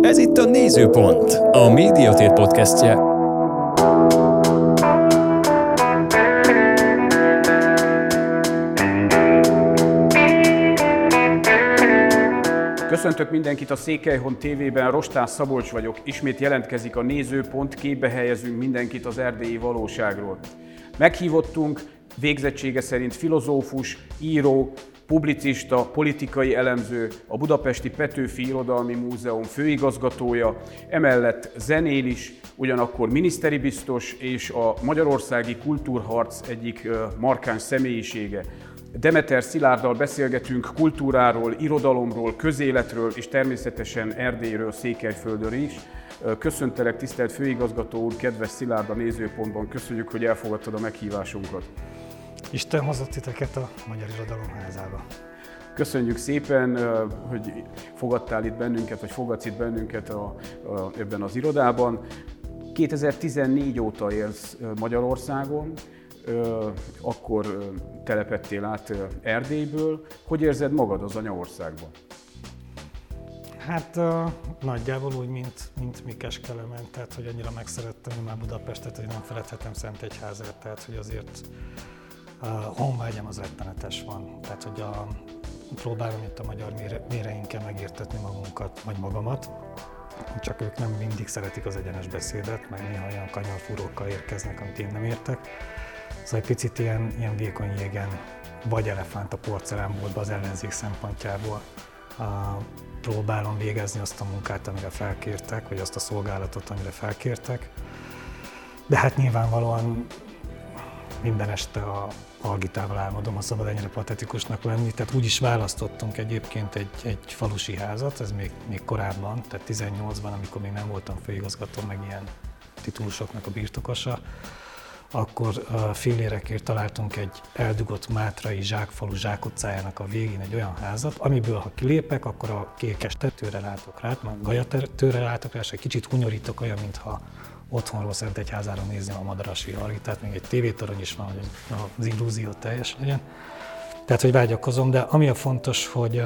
Ez itt a Nézőpont, a Médiatér podcastje. Köszöntök mindenkit a Székelyhon TV-ben, Rostás Szabolcs vagyok. Ismét jelentkezik a Nézőpont, képbe helyezünk mindenkit az erdélyi valóságról. Meghívottunk végzettsége szerint filozófus, író, publicista, politikai elemző, a Budapesti Petőfi Irodalmi Múzeum főigazgatója, emellett zenél is, ugyanakkor miniszteri biztos és a magyarországi kultúrharc egyik markáns személyisége. Demeter Szilárddal beszélgetünk kultúráról, irodalomról, közéletről és természetesen Erdélyről, Székelyföldről is. Köszöntelek, tisztelt főigazgató úr, kedves Szilárd a Nézőpontban, köszönjük, hogy elfogadtad a meghívásunkat. Isten hozott titeket a Magyar Irodalom Házába. Köszönjük szépen, hogy fogadtál itt bennünket, vagy fogadsz itt bennünket ebben az irodában. 2014 óta élsz Magyarországon, akkor telepedtél át Erdélyből. Hogy érzed magad az anyaországban? Hát nagyjából úgy, mint mi Keskelemen, tehát hogy annyira megszerettem már Budapestet, hogy nem feledhetem Szentegyházát, tehát hogy azért honvágyam az rettenetes van. Tehát hogy próbálom itt a magyar méreinkkel megértetni magunkat, vagy magamat. Csak ők nem mindig szeretik az egyenes beszédet, meg néha olyan kanyarfúrókkal érkeznek, amit én nem értek. Szóval egy picit ilyen vékony jégen, vagy elefánt a porcelánboltba az ellenzék szempontjából próbálom végezni azt a munkát, amire felkértek, vagy azt a szolgálatot, amire felkértek. De hát nyilvánvalóan minden este a algitával álmodom, ha szabad ennyire patetikusnak lenni. Tehát úgy is választottunk egyébként egy falusi házat, ez még korábban, tehát 18-ban, amikor még nem voltam főigazgató, meg ilyen titulusoknak a birtokosa, akkor fillérekért találtunk egy eldugott mátrai zsákfalu zsákutcájának a végén egy olyan házat, amiből ha kilépek, akkor a kékes tetőre látok rá, meg gajatetőre látok rá, és egy kicsit hunyorítok, olyan, mintha otthonról Szentegyházára nézném a Madaras viharit, tehát még egy tévétorony is van, hogy az illúzió teljes legyen. Tehát, hogy vágyakozom, de ami a fontos, hogy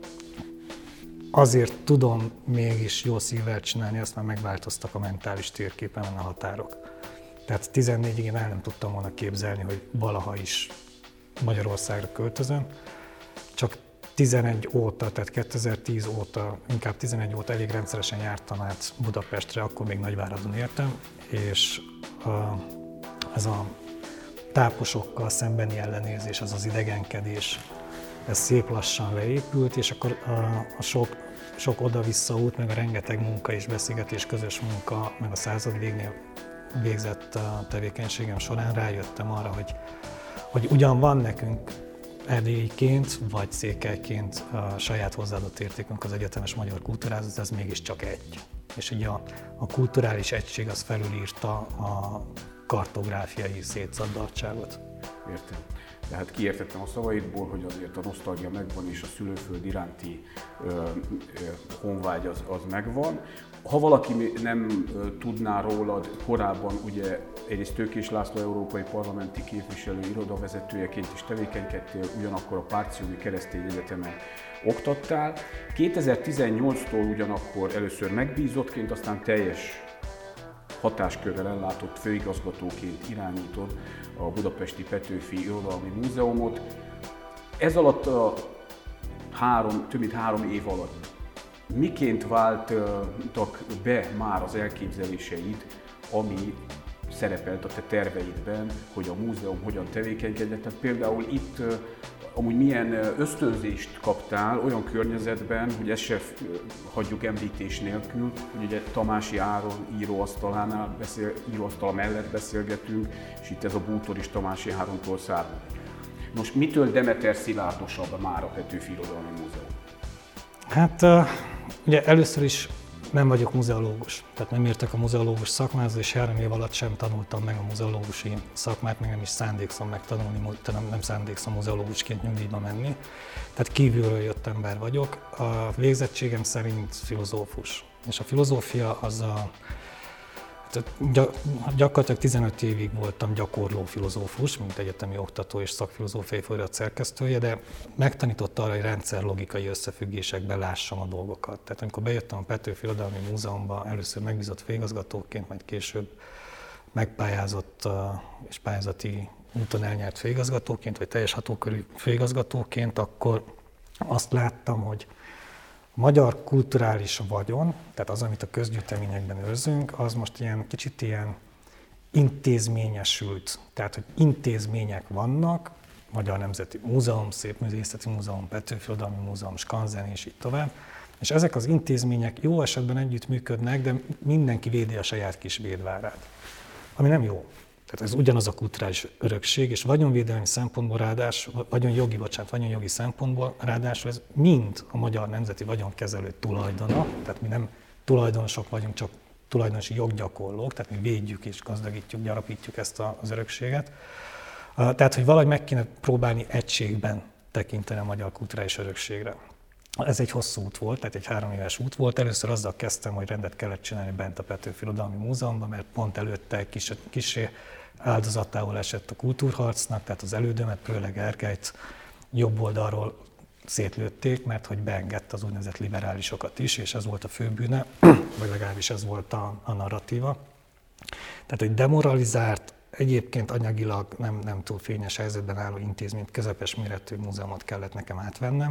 azért tudom mégis jó szívvel csinálni, azt már megváltoztak a mentális térképen a határok. Tehát 14-ig én el nem tudtam volna képzelni, hogy valaha is Magyarországra költözöm. Csak 11 óta, tehát 2010 óta, inkább 11 óta elég rendszeresen jártam át Budapestre, akkor még Nagyváradon éltem, és ez a táposokkal szembeni ellenérzés, az idegenkedés, ez szép lassan leépült, és akkor a sok oda-vissza út, meg a rengeteg munka és beszélgetés, közös munka, meg a századvégnél végzett tevékenységem során rájöttem arra, hogy ugyan van nekünk erdélyiként vagy székelyként a saját hozzáadott értékünk az egyetemes magyar kultúrához, ez mégiscsak egy. És ugye a kulturális egység az felülírta a kartográfiai szétszabdaltságot. Értem. Tehát kiértettem a szavaidból, hogy azért a nosztalgia megvan, és a szülőföld iránti honvágy az megvan. Ha valaki nem tudná rólad, korábban ugye egyrészt Tőkés László európai parlamenti képviselő irodavezetőjeként is tevékenykedtél, ugyanakkor a Pártsziomi Keresztény Egyetemen oktattál. 2018-tól ugyanakkor először megbízottként, aztán teljes hatáskörrel ellátott főigazgatóként irányítod a Budapesti Petőfi Irodalmi Múzeumot. Ez alatt több mint 3 év alatt miként váltak be már az elképzeléseid, ami szerepelt a te terveidben, hogy a múzeum hogyan tevékenykedett? Tehát például itt amúgy milyen ösztönzést kaptál olyan környezetben, hogy ezt se hagyjuk említés nélkül, hogy ugye Tamási Áron íróasztala mellett beszélgetünk, és itt ez a bútor is Tamási Árontól származik. Most mitől Demeter Szilárdosabb már a Petőfi Irodalmi Múzeum? Hát ugye először is nem vagyok muzeológus, tehát nem értek a muzeológus szakmához, és 3 év alatt sem tanultam meg a muzeológusi szakmát, meg nem is szándékszom megtanulni, nem szándékszom muzeológusként nyugdíjba menni. Tehát kívülről jött ember vagyok. A végzettségem szerint filozófus. És a filozófia az Gyakorlatilag 15 évig voltam gyakorló filozófus, mint egyetemi oktató és szakfilozófiai folyamat szerkesztője, de megtanított arra, hogy rendszerlogikai összefüggésekben lássam a dolgokat. Tehát amikor bejöttem a Petőfi Irodalmi Múzeumba, először megbízott főigazgatóként, majd később megpályázott és pályázati úton elnyert főigazgatóként, vagy teljes hatókörű főigazgatóként, akkor azt láttam, hogy a magyar kulturális vagyon, tehát az, amit a közgyűjteményekben őrzünk, az most kicsit ilyen intézményesült, tehát hogy intézmények vannak, Magyar Nemzeti Múzeum, Szépművészeti Múzeum, Petőfi Irodalmi Múzeum, Skanzen és így tovább. És ezek az intézmények jó esetben együtt működnek, de mindenki védi a saját kis védvárát, ami nem jó. Tehát ez ugyanaz a kulturális örökség, és vagyonvédelmi szempontból vagyonjogi szempontból ráadásul ez mind a Magyar Nemzeti Vagyonkezelő tulajdona, tehát mi nem tulajdonosok vagyunk, csak tulajdonosi joggyakorlók, tehát mi védjük és gazdagítjuk, gyarapítjuk ezt az örökséget. Tehát, hogy valahogy meg kéne próbálni egységben tekinteni a magyar kulturális örökségre. Ez egy hosszú út volt, tehát egy 3 éves út volt. Először azzal kezdtem, hogy rendet kellett csinálni bent a Petőfi Irodalmi Múzeumban, mert pont előtte kissé áldozatául esett a kultúrharcnak, tehát az elődömet, főleg Gergelyt jobb oldalról szétlőtték, mert hogy beengedte az úgynevezett liberálisokat is, és ez volt a fő bűne, vagy legalábbis ez volt a narratíva. Tehát egy demoralizált, egyébként anyagilag nem túl fényes helyzetben álló intézményt, közepes méretű múzeumot kellett nekem átvennem,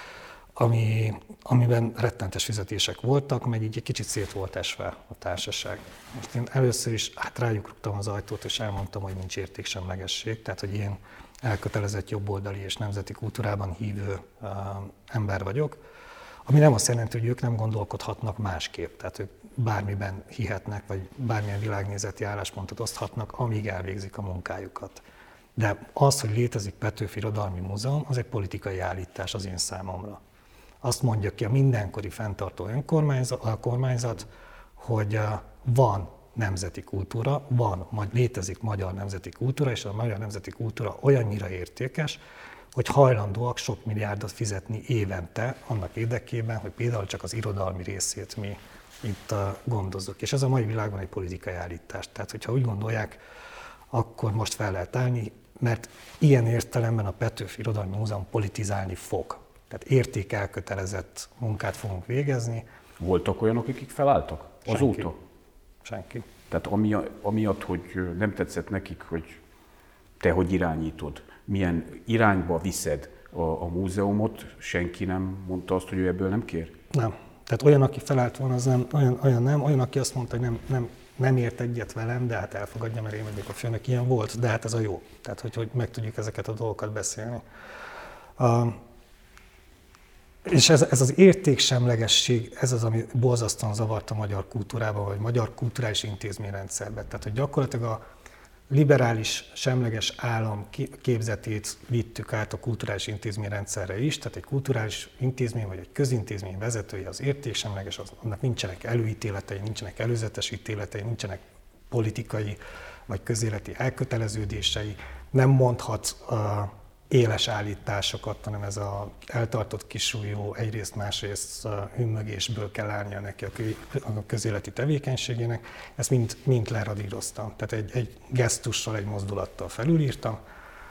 amiben rettentes fizetések voltak, meg így egy kicsit szét volt esve a társaság. Most én először is rájuk rúgtam az ajtót, és elmondtam, hogy nincs értéksemlegesség, tehát hogy én elkötelezett jobboldali és nemzeti kultúrában hívő ember vagyok, ami nem azt jelenti, hogy ők nem gondolkodhatnak másképp, tehát ők bármiben hihetnek, vagy bármilyen világnézeti álláspontot oszthatnak, amíg elvégzik a munkájukat. De az, hogy létezik Petőfi Irodalmi Múzeum, az egy politikai állítás az én számomra. Azt mondja ki a mindenkori fenntartó kormányzat, hogy van nemzeti kultúra, létezik magyar nemzeti kultúra, és a magyar nemzeti kultúra olyannyira értékes, hogy hajlandóak sok milliárdot fizetni évente annak érdekében, hogy például csak az irodalmi részét mi itt gondozzuk. És ez a mai világban egy politikai állítás. Tehát, hogyha úgy gondolják, akkor most fel lehet állni, mert ilyen értelemben a Petőfi Irodalmi Múzeum politizálni fog. Tehát értékelkötelezett munkát fogunk végezni. Voltak olyanok, akik felálltak azóta? Senki. Tehát amiatt, hogy nem tetszett nekik, hogy te hogy irányítod, milyen irányba viszed a múzeumot, senki nem mondta azt, hogy ő ebből nem kér? Nem. Tehát olyan, aki felállt volna, az nem, olyan, aki azt mondta, hogy nem ért egyet velem, de hát elfogadja, mert én vagyok a főnök, ilyen volt, de hát ez a jó. Tehát, hogy meg tudjuk ezeket a dolgokat beszélni. És ez az értéksemlegesség, ez az, ami borzasztóan zavart a magyar kultúrában, vagy magyar kulturális intézményrendszerben. Tehát, hogy gyakorlatilag a liberális, semleges állam képzetét vittük át a kulturális intézményrendszerre is, tehát egy kulturális intézmény vagy egy közintézmény vezetője az értéksemleges, annak nincsenek előítéletei, nincsenek előzetes ítéletei, nincsenek politikai vagy közéleti elköteleződései, nem mondhat éles állításokat, hanem ez az eltartott kisúlyú, egyrészt másrészt hümmögésből kell állnia neki a közéleti tevékenységének. Ezt mind leradíroztam. Tehát egy gesztussal, egy mozdulattal felülírtam.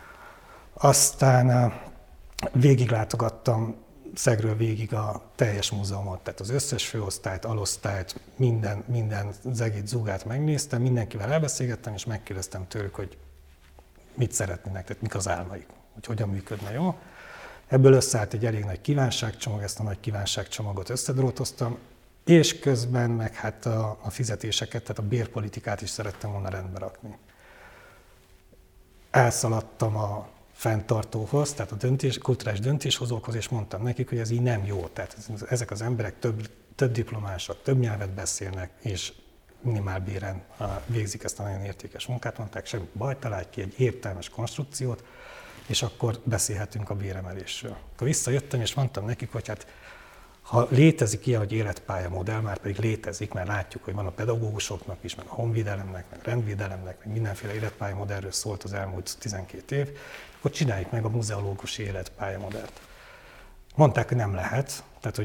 Aztán végiglátogattam Szegről végig a teljes múzeumot, tehát az összes főosztályt, alosztályt, minden zegét, zugát megnéztem, mindenkivel elbeszélgettem, és megkérdeztem tőlük, hogy mit szeretnének, tehát mik az álmaik, hogy hogyan működne jó. Ebből összeállt egy elég nagy kívánságcsomag, ezt a nagy kívánságcsomagot összedrótoztam, és közben meg hát a fizetéseket, tehát a bérpolitikát is szerettem volna rendbe rakni. Elszaladtam a fenntartóhoz, tehát a kulturális döntéshozókhoz, és mondtam nekik, hogy ez így nem jó. Tehát ezek az emberek több diplomások, több nyelvet beszélnek, és minimálbéren végzik ezt a nagyon értékes munkát, mondták, semmi baj, találj ki egy értelmes konstrukciót, és akkor beszélhetünk a béremelésről. Akkor visszajöttem, és mondtam nekik, hogy hát ha létezik ilyen, hogy életpályamodell, már pedig létezik, mert látjuk, hogy van a pedagógusoknak is, meg a honvédelemnek, meg rendvédelemnek, meg mindenféle életpályamodellről szólt az elmúlt 12 év, akkor csináljuk meg a muzeológusi életpályamodellt. Mondták, hogy nem lehet, tehát hogy ők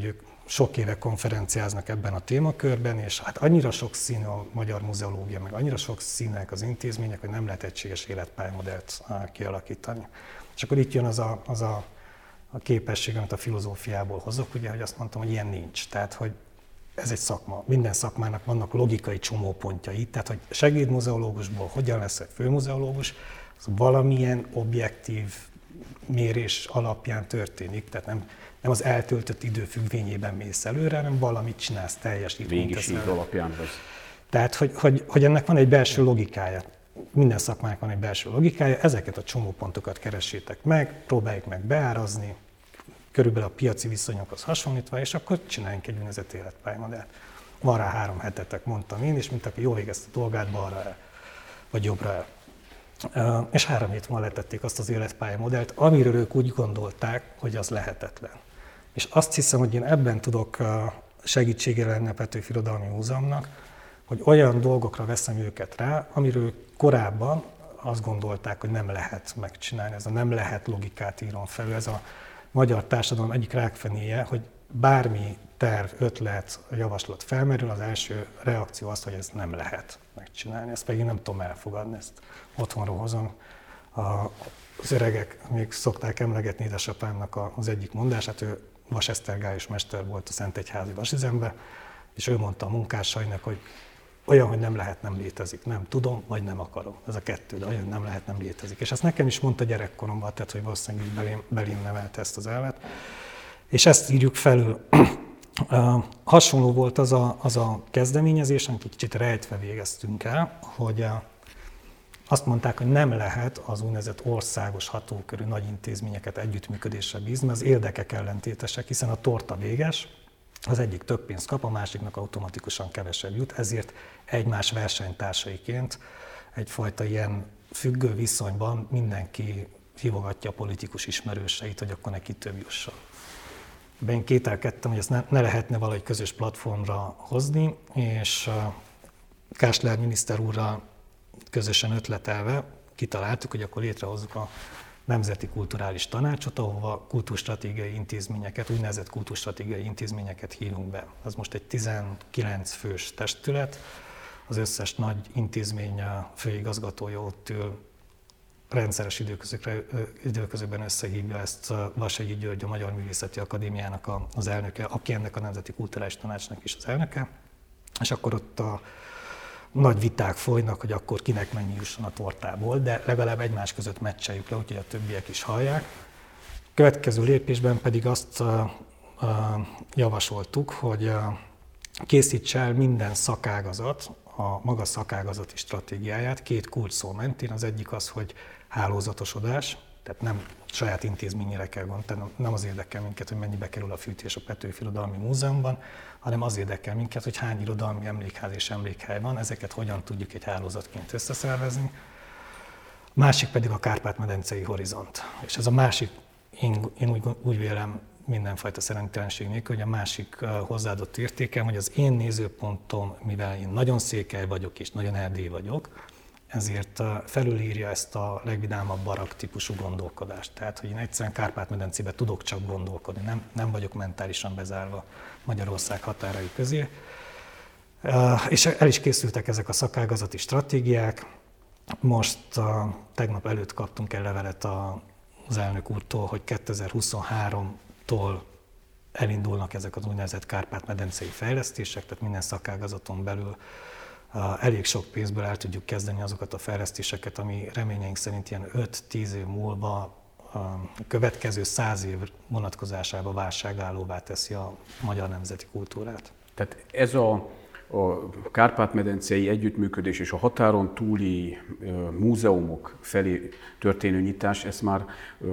sok éve konferenciáznak ebben a témakörben, és hát annyira sokszínű a magyar muzeológia, meg annyira sokszínűek az intézmények, hogy nem lehet egységes életpályamodellt kialakítani. És akkor itt jön az a képesség, amit a filozófiából hozok, ugye, hogy azt mondtam, hogy ilyen nincs. Tehát, hogy ez egy szakma. Minden szakmának vannak logikai csomópontjai. Tehát, hogy segédmuzeológusból hogyan lesz egy főmuzeológus, az valamilyen objektív mérés alapján történik. Tehát nem az eltöltött idő függvényében mész előre, hanem valamit csinálsz, teljesítményt. Végiség alapján vagy. Tehát, hogy ennek van egy belső logikája. Minden szakmának van egy belső logikája, ezeket a csomópontokat keressétek meg, próbáljuk meg beárazni, körülbelül a piaci viszonyokhoz hasonlítva, és akkor csináljunk egy úgynevezett életpályamodellt. Van rá 3 hetetek, mondtam én is, mint aki jól végezte a dolgát, balra el, vagy jobbra el. És 3 hét múlva letették azt az életpályamodellt, amiről ők úgy gondolták, hogy az lehetetlen. És azt hiszem, hogy én ebben tudok segítségére lenni a Petőfi Irodalmi Múzeumnak, hogy olyan dolgokra veszem őket rá, amiről korábban azt gondolták, hogy nem lehet megcsinálni. Ez a nem lehet logikát írom felül. Ez a magyar társadalom egyik rákfenéje, hogy bármi terv, ötlet, javaslat felmerül, az első reakció az, hogy ezt nem lehet megcsinálni. Ezt pedig nem tudom elfogadni, ezt otthonról hozom. Az öregek még szokták emlegetni édesapámnak az egyik mondását, ő vasesztergályos mester volt a Szentegyházi vasüzemben, és ő mondta a munkásainak, hogy olyan, hogy nem lehet, nem létezik. Nem tudom, vagy nem akarom. Ez a kettő, de olyan, nem lehet, nem létezik. És ezt nekem is mondta gyerekkoromban, tehát hogy valószínűleg belém nevelte ezt az elvet. És ezt írjuk felül. Hasonló volt az a kezdeményezés, amit kicsit rejtve végeztünk el, hogy azt mondták, hogy nem lehet az úgynevezett országos hatókörű nagy intézményeket együttműködésre bízni, mert az érdekek ellentétesek, hiszen a torta véges, az egyik több pénzt kap, a másiknak automatikusan kevesebb jut, ezért egymás versenytársaiként egyfajta ilyen függő viszonyban mindenki hívogatja a politikus ismerőseit, hogy akkor neki több jusson. Én kételkedtem, hogy ezt ne lehetne valahogy közös platformra hozni, és Kásler miniszter úrral közösen ötletelve kitaláltuk, hogy akkor létrehozzuk a Nemzeti Kulturális Tanácsot, ahova kultúrstratégiai intézményeket, úgynevezett kultúrstratégiai intézményeket hívunk be. Az most egy 19 fős testület, az összes nagy intézmény főigazgatója ott ül, rendszeres időközökben összehívja ezt Vassegyi György, a Magyar Művészeti Akadémiának az elnöke, aki ennek a Nemzeti Kulturális Tanácsnak is az elnöke, és akkor ott a nagy viták folynak, hogy akkor kinek mennyi jusson a tortából, de legalább egymás között meccseljük le, úgyhogy a többiek is hallják. Következő lépésben pedig azt javasoltuk, hogy készítse el minden szakágazat a maga szakágazati stratégiáját 2 kulcsszó mentén. Az egyik az, hogy hálózatosodás, tehát nem saját intézményére kell gondolni, nem az érdekel minket, hogy mennyibe kerül a fűtés a Petőfi Irodalmi Múzeumban, hanem az érdekel minket, hogy hány irodalmi emlékház és emlékhely van, ezeket hogyan tudjuk egy hálózatként összeszervezni. Másik pedig a Kárpát-medencei horizont. És ez a másik, én úgy vélem mindenfajta szerencsétlenség nélkül, hogy a másik hozzáadott értékem, hogy az én nézőpontom, mivel én nagyon székely vagyok és nagyon erdély vagyok, ezért felülírja ezt a legvidámabb barakk típusú gondolkodást. Tehát, hogy én egyszerűen Kárpát-medencében tudok csak gondolkodni, nem vagyok mentálisan bezárva Magyarország határai közé. És el is készültek ezek a szakágazati stratégiák. Most tegnap előtt kaptunk egy levelet az elnök úrtól, hogy 2023-tól elindulnak ezek az úgynevezett Kárpát-medencei fejlesztések, tehát minden szakágazaton belül elég sok pénzből el tudjuk kezdeni azokat a fejlesztéseket, ami reményeink szerint ilyen 5-10 év múlva a következő 100 év vonatkozásában válságállóvá teszi a magyar nemzeti kultúrát. Tehát ez a Kárpát-medencei együttműködés és a határon túli múzeumok felé történő nyitás, ezt már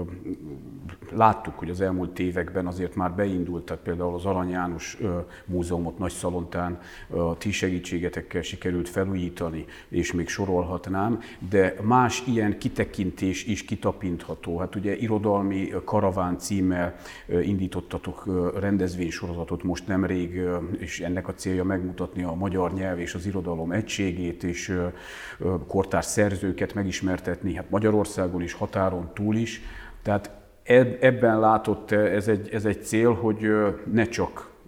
láttuk, hogy az elmúlt években azért már beindult, tehát például az Arany János Múzeumot Nagyszalontán ti segítségetekkel sikerült felújítani, és még sorolhatnám, de más ilyen kitekintés is kitapintható. Hát ugye irodalmi karaván címmel indítottatok rendezvénysorozatot most nemrég, és ennek a célja megmutatni a magyar nyelv és az irodalom egységét, és kortárs szerzőket megismertetni, hát Magyarországon is, határon túl is. Tehát ebben látott ez egy cél, hogy ne csak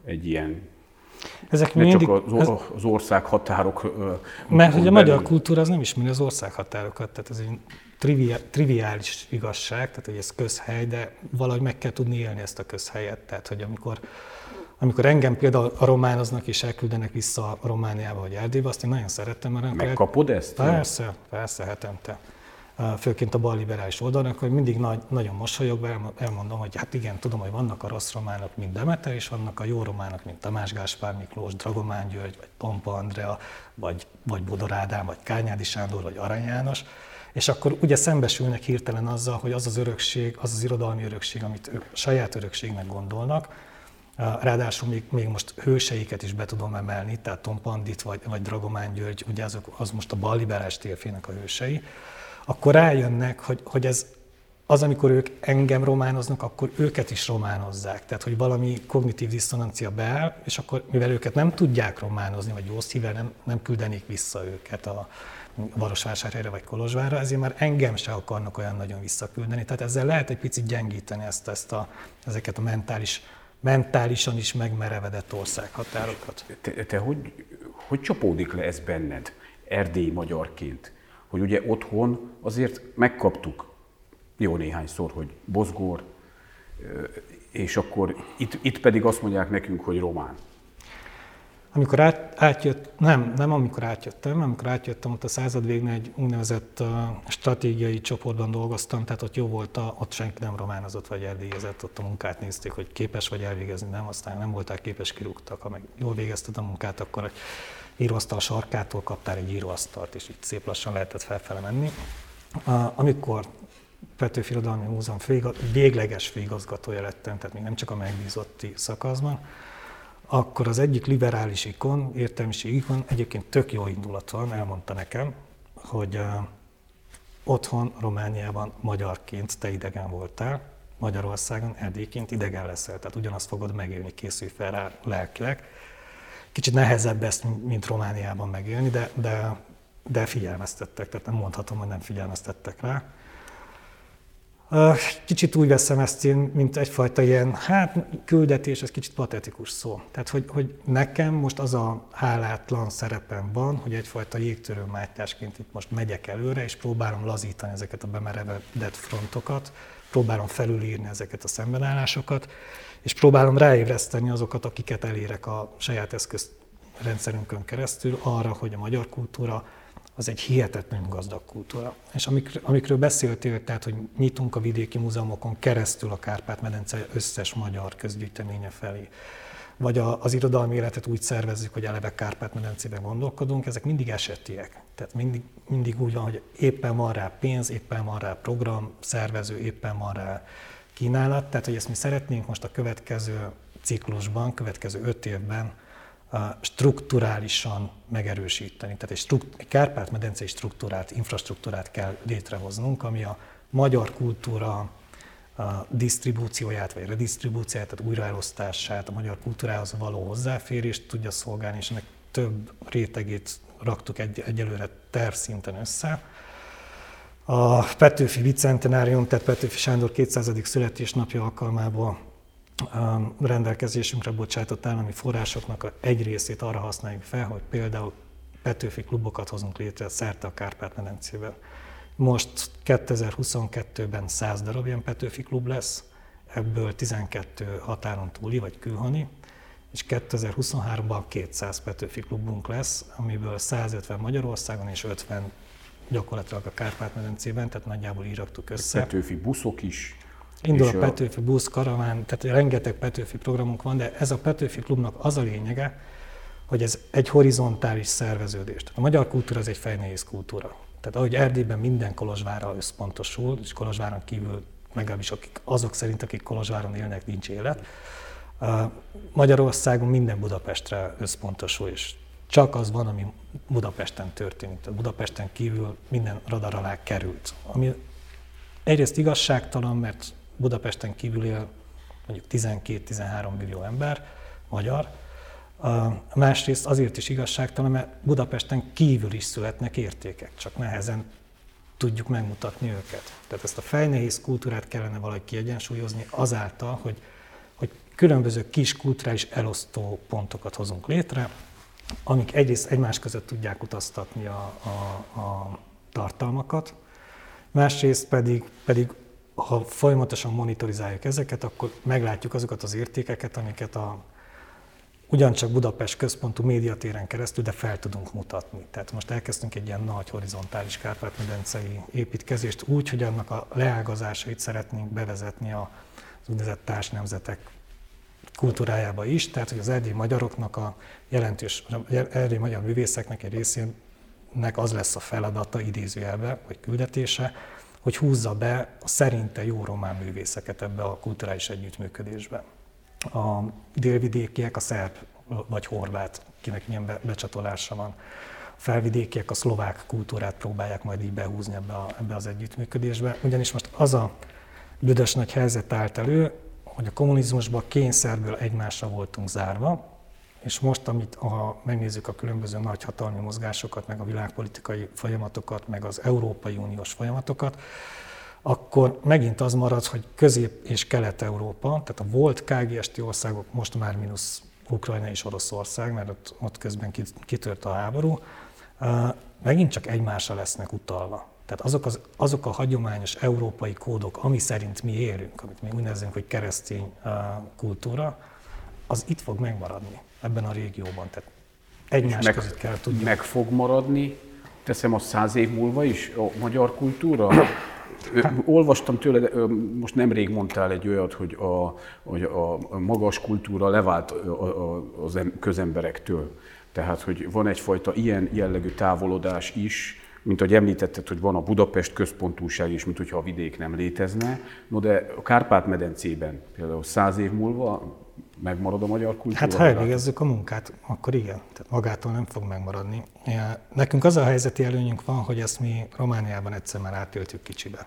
egy ilyen, ezek ne mindig, csak az ország határok. mert hogy a magyar kultúra az nem ismeri az ország határokat, tehát ez egy triviális igazság, tehát hogy ez közhely, de valahogy meg kell tudni élni ezt a közhelyet. Tehát, hogy amikor engem például a románoznak és elküldenek vissza a Romániába vagy Erdélybe, azt én nagyon szerettem. Megkapod ezt? Persze, hetente. Főként a balliberális oldalnak, hogy mindig nagyon mosolyogva elmondom, hogy hát igen, tudom, hogy vannak a rossz románok, mint Demeter, és vannak a jó románok, mint Tamás Gáspár Miklós, Dragomán György, vagy Tompa Andrea, vagy Bodor Ádám, vagy Kárnyádi Sándor, vagy Arany János. És akkor ugye szembesülnek hirtelen azzal, hogy az az örökség, az az irodalmi örökség, amit ők saját örökségnek gondolnak, ráadásul még most hőseiket is be tudom emelni, tehát Tompa Andit vagy Dragomán György, ugye az most a balliberális térfének a hősei, akkor rájönnek, hogy ez az, amikor ők engem románoznak, akkor őket is románozzák. Tehát, hogy valami kognitív diszonancia beáll, és akkor, mivel őket nem tudják románozni, vagy jó szívvel nem küldenék vissza őket a Marosvásárhelyre vagy Kolozsvárra, ezért már engem se akarnak olyan nagyon visszaküldeni. Tehát ezzel lehet egy picit gyengíteni ezeket a mentálisan is megmerevedett országhatárokat. Te hogy csapódik le ez benned, erdélyi magyarként? Hogy ugye otthon azért megkaptuk jó néhányszor, hogy Bozgor, és akkor itt pedig azt mondják nekünk, hogy román. Amikor amikor átjöttem, ott a század végén egy úgynevezett stratégiai csoportban dolgoztam, tehát ott jó volt, ott senki nem románozott vagy erdélyezett, ott a munkát nézték, hogy képes vagy elvégezni, nem, aztán nem voltál képes, kirúgtak. Ha meg jól végezted a munkát, akkor egy íróasztal sarkától kaptál egy íróasztalt, és így szép lassan lehetett felfele menni. Amikor Petőfi Irodalmi Múzeum végleges főigazgatója lettem, tehát még nem csak a megbízotti szakaszban, akkor az egyik liberális ikon, értelmiségi ikon, egyébként tök jó indulat van, elmondta nekem, hogy otthon, Romániában magyarként te idegen voltál, Magyarországon erdélyként idegen leszel, tehát ugyanazt fogod megélni, készülj fel rá lelkileg. Kicsit nehezebb ezt, mint Romániában megélni, de figyelmeztettek, tehát nem mondhatom, hogy nem figyelmeztettek rá. Kicsit úgy veszem ezt én, mint egyfajta ilyen, küldetés, ez kicsit patetikus szó. Tehát, hogy nekem most az a hálátlan szerepem van, hogy egyfajta jégtörő mátyásként itt most megyek előre, és próbálom lazítani ezeket a bemerevedett frontokat, próbálom felülírni ezeket a szembenállásokat, és próbálom ráébreszteni azokat, akiket elérek a saját eszközrendszerünkön keresztül arra, hogy a magyar kultúra az egy hihetetlenül gazdag kultúra. És amikről beszéltél, tehát, hogy nyitunk a vidéki múzeumokon keresztül a Kárpát-medence összes magyar közgyűjteménye felé, vagy az irodalmi életet úgy szervezzük, hogy eleve Kárpát-medencében gondolkodunk, ezek mindig esetiek. Tehát mindig úgy van, hogy éppen van rá pénz, éppen van rá program, szervező, éppen van rá kínálat. Tehát, hogy ezt mi szeretnénk most a következő ciklusban, következő 5 évben strukturálisan megerősíteni. Tehát egy Kárpát-medencei struktúrát, infrastruktúrát kell létrehoznunk, ami a magyar kultúra disztribúcióját vagy redisztribúcióját, tehát újraelosztását, a magyar kultúrához való hozzáférést tudja szolgálni, és ennek több rétegét raktuk egyelőre tervszinten össze. A Petőfi bicentenárium, tehát Petőfi Sándor 200. születésnapja alkalmából rendelkezésünkre bocsátott állami forrásoknak egy részét arra használjuk fel, hogy például Petőfi klubokat hozunk létre szerte a Kárpát-medencében. Most 2022-ben 100 darab ilyen Petőfi klub lesz, ebből 12 határon túli vagy külhoni, és 2023-ban 200 Petőfi klubunk lesz, amiből 150 Magyarországon és 50 gyakorlatilag a Kárpát-medencében, tehát nagyjából így raktuk össze. Petőfi buszok is. Indul a Petőfi busz, karaván, tehát rengeteg Petőfi programunk van, de ez a Petőfi klubnak az a lényege, hogy ez egy horizontális szerveződés. Tehát a magyar kultúra az egy fejnehéz kultúra. Tehát ahogy Erdélyben minden Kolozsvárra összpontosul, és Kolozsváron kívül legalábbis azok szerint, akik Kolozsváron élnek, nincs élet, Magyarországon minden Budapestre összpontosul, és csak az van, ami Budapesten történik. Tehát Budapesten kívül minden radar alá került. Ami egyrészt igazságtalan, mert Budapesten kívül él mondjuk 12-13 millió ember, magyar. Másrészt azért is igazságtalan, mert Budapesten kívül is születnek értékek, csak nehezen tudjuk megmutatni őket. Tehát ezt a fejnehéz kultúrát kellene valahogy kiegyensúlyozni azáltal, hogy különböző kis kulturális elosztó pontokat hozunk létre, amik egyrészt egymás között tudják utaztatni a tartalmakat, másrészt pedig ha folyamatosan monitorizáljuk ezeket, akkor meglátjuk azokat az értékeket, amiket ugyancsak Budapest központú médiatéren keresztül, de fel tudunk mutatni. Tehát most elkezdtünk egy ilyen nagy horizontális Kárpát-medencei építkezést úgy, hogy annak a leágazásait szeretnénk bevezetni az úgynevezett társnemzetek kultúrájába is, tehát hogy az erdélyi magyaroknak erdélyi magyar művészeknek egy részének az lesz a feladata, idézőjelbe, vagy küldetése, hogy húzza be a szerinte jó román művészeket ebbe a kulturális együttműködésbe. A délvidékiek a szerb vagy horvát, kinek milyen becsatolása van. A felvidékiek a szlovák kultúrát próbálják majd így behúzni ebbe az együttműködésbe. Ugyanis most az a büdös nagy helyzet állt elő, hogy a kommunizmusban kényszerből egymásra voltunk zárva, és most, ha megnézzük a különböző nagyhatalmi mozgásokat, meg a világpolitikai folyamatokat, meg az Európai Uniós folyamatokat, akkor megint az marad, hogy Közép- és Kelet-Európa, tehát a volt KGST országok, most már mínusz Ukrajna és Oroszország, mert ott közben kitört a háború, megint csak egymásra lesznek utalva. Tehát azok a hagyományos európai kódok, ami szerint mi élünk, amit mi úgy nevezünk, hogy keresztény kultúra, az itt fog megmaradni ebben a régióban. Tehát egymás között kell tudni. Meg fog maradni, teszem azt 100 év múlva is a magyar kultúra? Olvastam tőled, most nemrég mondtál egy olyat, hogy a magas kultúra levált az közemberektől. Tehát, hogy van egyfajta ilyen jellegű távolodás is, mint ahogy említetted, hogy van a Budapest központúság is, mint hogyha a vidék nem létezne. No, de a Kárpát-medencében például 100 év múlva megmarad a magyar kultúra? Hát ha elvégezzük a munkát, akkor igen, tehát magától nem fog megmaradni. Nekünk az a helyzeti előnyünk van, hogy ezt mi Romániában egyszer már átéltük kicsibe.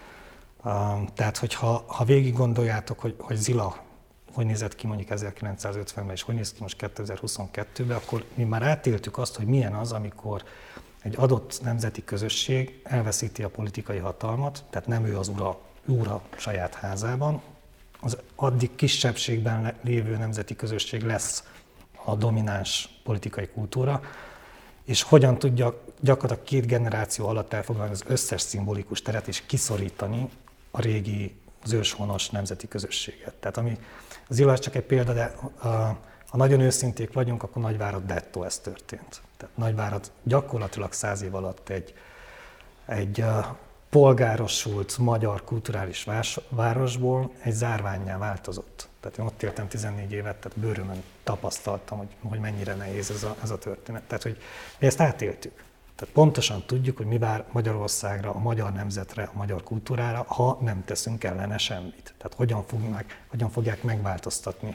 Tehát, hogyha végig gondoljátok, hogy Zila hogy nézett ki mondjuk 1950-ben, és hogy néz ki most 2022-ben, akkor mi már átéltük azt, hogy milyen az, amikor egy adott nemzeti közösség elveszíti a politikai hatalmat, tehát nem ő az ura saját házában, az addig kisebbségben lévő nemzeti közösség lesz a domináns politikai kultúra, és hogyan tudja gyakorlatilag 2 generáció alatt elfoglalni az összes szimbolikus teret és kiszorítani a régi, az őshonos nemzeti közösséget. Tehát az Ila csak egy példa, de ha nagyon őszinték vagyunk, akkor Nagyvárad dettó ez történt. Tehát Nagyvárad gyakorlatilag 100 év alatt egy polgárosult magyar kulturális városból egy zárvánnyá változott. Tehát én ott éltem 14 évet, tehát bőrömön tapasztaltam, hogy mennyire nehéz ez a történet. Tehát, hogy mi ezt átéltük. Tehát pontosan tudjuk, hogy mi vár Magyarországra, a magyar nemzetre, a magyar kultúrára, ha nem teszünk ellene semmit. Tehát hogyan fogják megváltoztatni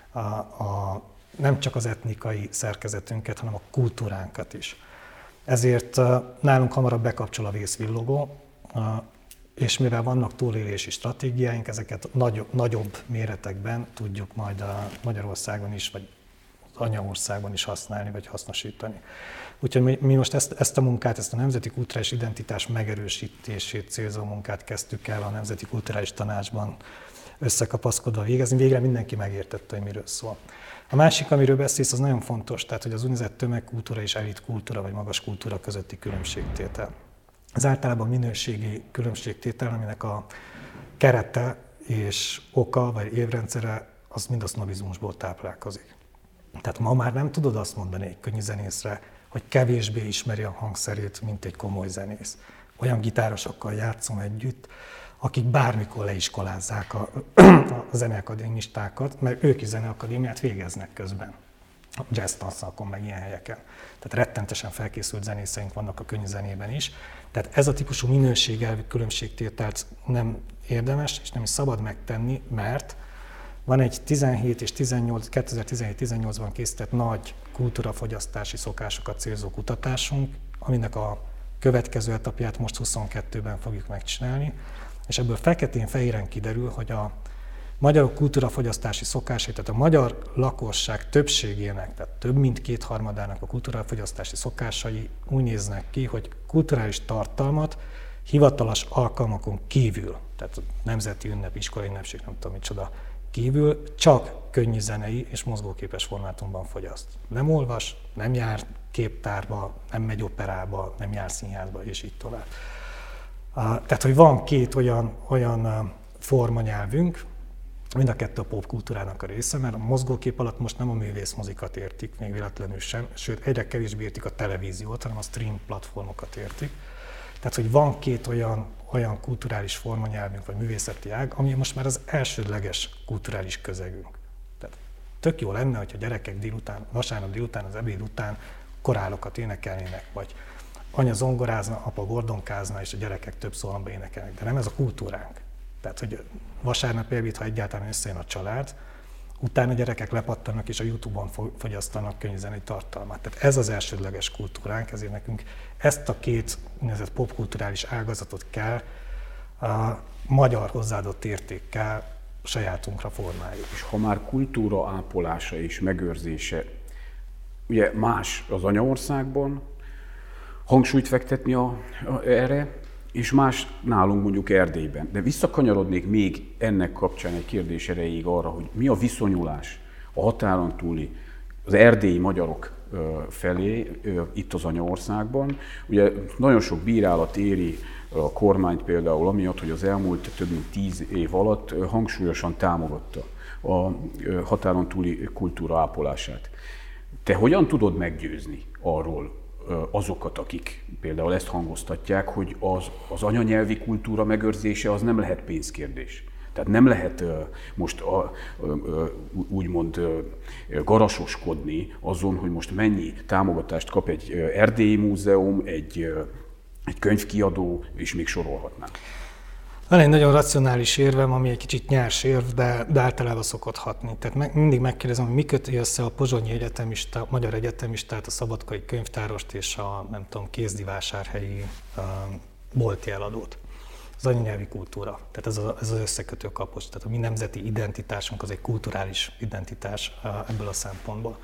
nem csak az etnikai szerkezetünket, hanem a kultúránkat is. Ezért nálunk hamarabb bekapcsol a vészvillogó, és mivel vannak túlélési stratégiáink, ezeket nagyobb méretekben tudjuk majd a Magyarországon is, vagy az anyaországban is használni, vagy hasznosítani. Úgyhogy mi most ezt a munkát, ezt a nemzeti kulturális identitás megerősítését célzó munkát kezdtük el a Nemzeti Kulturális Tanácsban összekapaszkodva végezni. Végre mindenki megértette, hogy miről szól. A másik, amiről beszélsz, az nagyon fontos, tehát hogy az úgynevezett tömegkultúra és elitkultúra, vagy magas kultúra közötti különbségtétel. Ez általában minőségi különbségtétel, aminek a kerete és oka, vagy évrendszere, az mind a sznobizmusból táplálkozik. Tehát ma már nem tudod azt mondani egy könnyű zenészre, hogy kevésbé ismeri a hangszerét, mint egy komoly zenész. Olyan gitárosokkal játszom együtt, akik bármikor leiskolázzák a zeneakadémistákat, mert ők is zeneakadémiát végeznek közben. Jazz tanszakon, meg ilyen helyeken. Tehát rettentesen felkészült zenészeink vannak a könnyű zenében is. Tehát ez a típusú minőségelvű különbségtételt nem érdemes, és nem is szabad megtenni, mert van egy 2017-18-ban készített nagy kultúrafogyasztási szokásokat célzó kutatásunk, aminek a következő etapját most 22-ben fogjuk megcsinálni, és ebből feketén-fehéren kiderül, hogy a magyarok kultúrafogyasztási szokásai, tehát a magyar lakosság többségének, tehát több mint 2/3-ának a kultúrafogyasztási szokásai úgy néznek ki, hogy kulturális tartalmat hivatalos alkalmakon kívül, tehát nemzeti ünnep, iskolai ünnepség, nem tudom micsoda, kívül csak könnyű zenei és mozgóképes formátumban fogyaszt. Nem olvas, nem jár képtárba, nem megy operába, nem jár színházba, és így tovább. Tehát, hogy van két olyan formanyelvünk, mind a kettő a popkultúrának a része, mert a mozgókép alatt most nem a művészmozikat értik, még véletlenül sem, sőt egyre kevésbé értik a televíziót, hanem a stream platformokat értik. Tehát, hogy van két olyan kulturális formanyelvünk, vagy művészeti ág, ami most már az elsődleges kulturális közegünk. Tehát tök jó lenne, hogyha gyerekek vasárnap délután, az ebéd után korálokat énekelnének, vagy anya zongorázna, apa gordonkázna, és a gyerekek több szólamban énekelnek. De nem ez a kultúránk. Tehát, hogy vasárnap ebéd, ha egyáltalán összejön a család, utána a gyerekek lepattanak és a YouTube-on fogyasztanak könnyűzenei tartalmat. Tehát ez az elsődleges kultúránk, ezért nekünk ezt a két úgynevezett popkulturális ágazatot kell a magyar hozzáadott értékkel sajátunkra formáljuk. És ha már kultúra ápolása és megőrzése, ugye más az anyaországban hangsúlyt fektetni erre, és más nálunk mondjuk Erdélyben. De visszakanyarodnék még ennek kapcsán egy kérdés erejéig arra, hogy mi a viszonyulás a határon túli, az erdélyi magyarok felé itt az anyaországban. Ugye nagyon sok bírálat éri a kormányt például amiatt, hogy az elmúlt több mint 10 év alatt hangsúlyosan támogatta a határon túli kultúra ápolását. Te hogyan tudod meggyőzni arról azokat, akik például ezt hangoztatják, hogy az anyanyelvi kultúra megőrzése az nem lehet pénzkérdés. Tehát nem lehet most úgymond garasoskodni azon, hogy most mennyi támogatást kap egy erdélyi múzeum, egy könyvkiadó, és még sorolhatnánk. Van egy nagyon racionális érvem, ami egy kicsit nyers érv, de általában szokott hatni. Tehát mindig megkérdezem, hogy mi köti össze a pozsonyi egyetemista, a magyar egyetemistát, a szabadkai könyvtárost és a nem tudom, kézdivásárhelyi bolti eladót. Az anyanyelvi kultúra. Tehát ez az összekötő kapocs. Tehát a mi nemzeti identitásunk az egy kulturális identitás ebből a szempontból.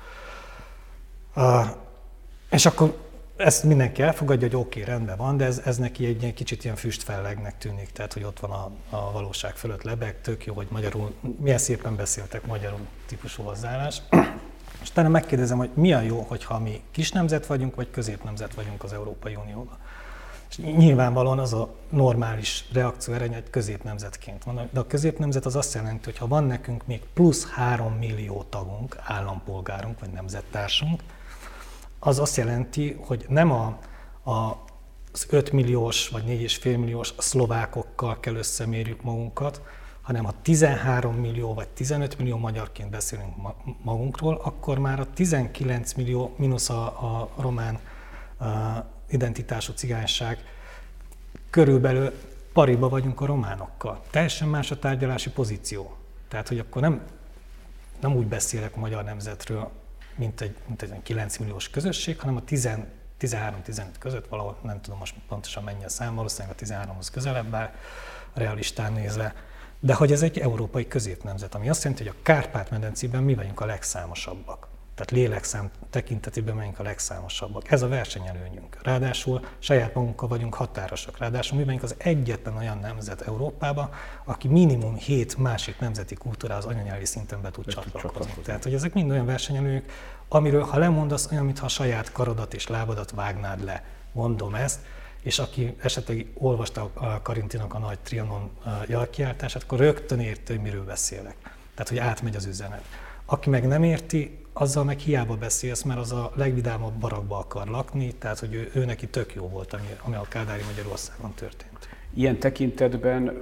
És akkor ezt mindenki elfogadja, hogy oké, rendben van, de ez neki egy kicsit ilyen füstfellegnek tűnik, tehát hogy ott van a valóság fölött lebeg, tök jó, hogy magyarul, milyen szépen beszéltek magyarul típusú hozzáállás. És utána megkérdezem, hogy mi a jó, hogyha mi kis nemzet vagyunk, vagy középnemzet vagyunk az Európai Unióban. És nyilvánvalóan az a normális reakció ereje, hogy középnemzetként van. De a középnemzet az azt jelenti, hogy ha van nekünk még plusz 3 millió tagunk, állampolgárunk vagy nemzettársunk, az azt jelenti, hogy nem az 5 milliós vagy 4,5 milliós szlovákokkal kell összemérjük magunkat, hanem ha 13 millió vagy 15 millió magyarként beszélünk magunkról, akkor már a 19 millió mínusz a román identitású cigányság körülbelül pariba vagyunk a románokkal. Teljesen más a tárgyalási pozíció. Tehát, hogy akkor nem úgy beszélek a magyar nemzetről, mint egy 9 milliós közösség, hanem a 13-15 között valahol, nem tudom most pontosan mennyi a szám, valószínűleg a 13-hoz közelebb áll, realistán nézve. De hogy ez egy európai középnemzet, ami azt jelenti, hogy a Kárpát-medencében mi vagyunk a legszámosabbak. Tehát lélekszám tekintetében vagyunk a legszámosabbak. Ez a versenyelőnyünk. Ráadásul saját magunkkal vagyunk határosak. Ráadásul mi vagyunk az egyetlen olyan nemzet Európában, aki minimum 7 másik nemzeti kultúrához anyanyelvi szinten be tud csatlakozni. Tehát, hogy ezek mind olyan versenyelőnyök, amiről ha lemondasz, olyan, mintha a saját karodat és lábadat vágnád le. Mondom ezt, és aki esetleg olvasta a Karintinak a nagy Trianon jelkiáltását, akkor rögtön érti, hogy miről beszélek. Tehát, hogy átmegy az üzenet. Aki meg nem érti, azzal meg hiába beszélsz, mert az a legvidámabb barakba akar lakni, tehát hogy ő neki tök jó volt, ami a kádári Magyarországon történt. Ilyen tekintetben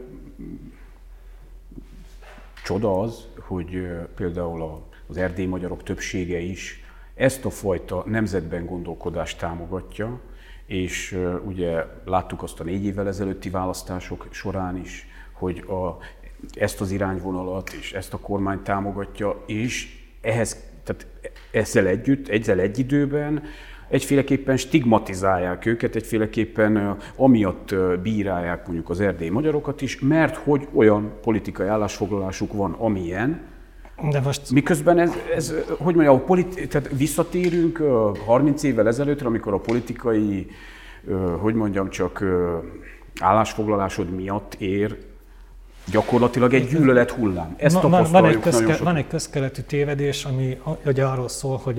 csoda az, hogy például az erdélyi magyarok többsége is ezt a fajta nemzetben gondolkodást támogatja, és ugye láttuk azt a 4 évvel ezelőtti választások során is, hogy ezt az irányvonalat és ezt a kormányt támogatja, és tehát ezzel egy időben egyféleképpen stigmatizálják őket, egyféleképpen amiatt bírálják mondjuk az erdélyi magyarokat is, mert hogy olyan politikai állásfoglalásuk van, amilyen. De most... Miközben ez hogy mondjam, tehát visszatérünk 30 évvel ezelőttre, amikor a politikai, hogy mondjam, csak állásfoglalásod miatt ér Gyakorlatilag egy gyűlölet hullám. Ezt tapasztaljuk nagyon sokat. Van egy közkeletű tévedés, ami ugye arról szól, hogy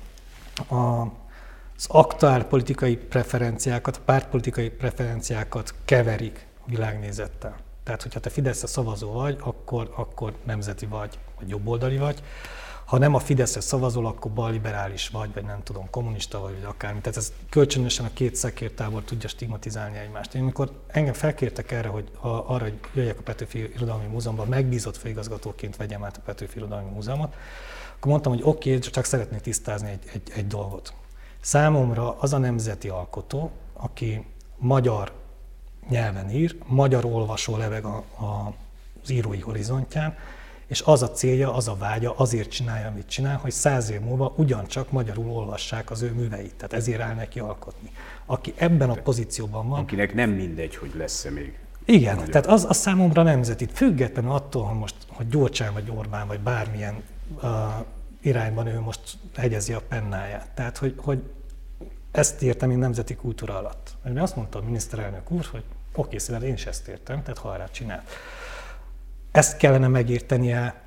az aktuál politikai preferenciákat, a pártpolitikai preferenciákat keverik világnézettel. Tehát, hogyha te Fideszre szavazó vagy, akkor nemzeti vagy jobboldali vagy. Ha nem a Fideszre szavazol, akkor balliberális vagy nem tudom, kommunista vagy akármi. Tehát ez kölcsönösen a két szekértábor tudja stigmatizálni egymást. Én amikor engem felkértek erre, hogy arra, hogy jöjjek a Petőfi Irodalmi Múzeumban, megbízott főigazgatóként vegyem át a Petőfi Irodalmi Múzeumot, akkor mondtam, hogy oké, csak szeretnék tisztázni egy dolgot. Számomra az a nemzeti alkotó, aki magyar nyelven ír, magyar olvasó lebeg az írói horizontján, és az a célja, az a vágya, azért csinálja, amit csinál, hogy 100 év múlva ugyancsak magyarul olvassák az ő műveit. Tehát ezért áll neki alkotni. Aki ebben a pozícióban van... Akinek nem mindegy, hogy lesz-e még. Igen, magyar. Tehát az számomra nemzeti. Függetlenül attól, hogy Gyurcsány vagy Orbán, vagy bármilyen irányban ő most hegyezi a pennáját. Tehát, hogy ezt értem én nemzeti kultúra alatt. Mert azt mondta a miniszterelnök úr, hogy oké, Szilárd, én is ezt értem, tehát hajrá, csináld. Ezt kellene megértenie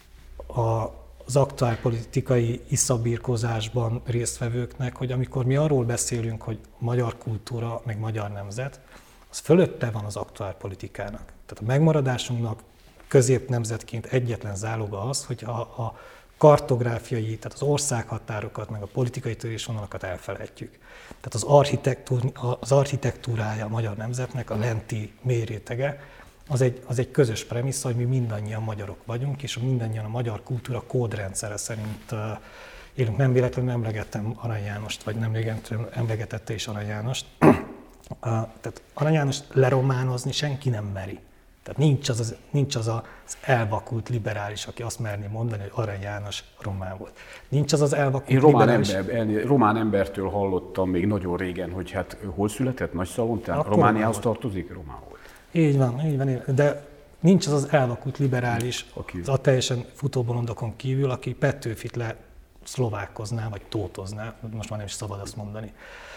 az aktuál politikai iszabírkozásban résztvevőknek, hogy amikor mi arról beszélünk, hogy magyar kultúra, meg magyar nemzet, az fölötte van az aktuál politikának. Tehát a megmaradásunknak középnemzetként egyetlen záloga az, hogy a kartográfiai, tehát az országhatárokat, meg a politikai törésvonalakat elfelejtjük. Tehát az architektúrája a magyar nemzetnek, a lenti mélyrétege, az egy közös premissza, hogy mi mindannyian magyarok vagyunk, és mindannyian a magyar kultúra kódrendszere szerint élünk. Nem véletlenül emlegettem Arany Jánost, vagy nem régen emlegetette is Arany Jánost. Tehát Arany Jánost lerománozni senki nem meri. Tehát nincs az elvakult liberális, aki azt merné mondani, hogy Arany János román volt. Nincs az elvakult liberális... Román embertől hallottam még nagyon régen, hogy hát hol született, Nagyszalontán, Romániához tartozik, román volt. Így van, de nincs az elvakult liberális, a teljesen futóbolondokon kívül, aki Petőfit szlovákozná, vagy tótozná, most már nem is szabad azt mondani.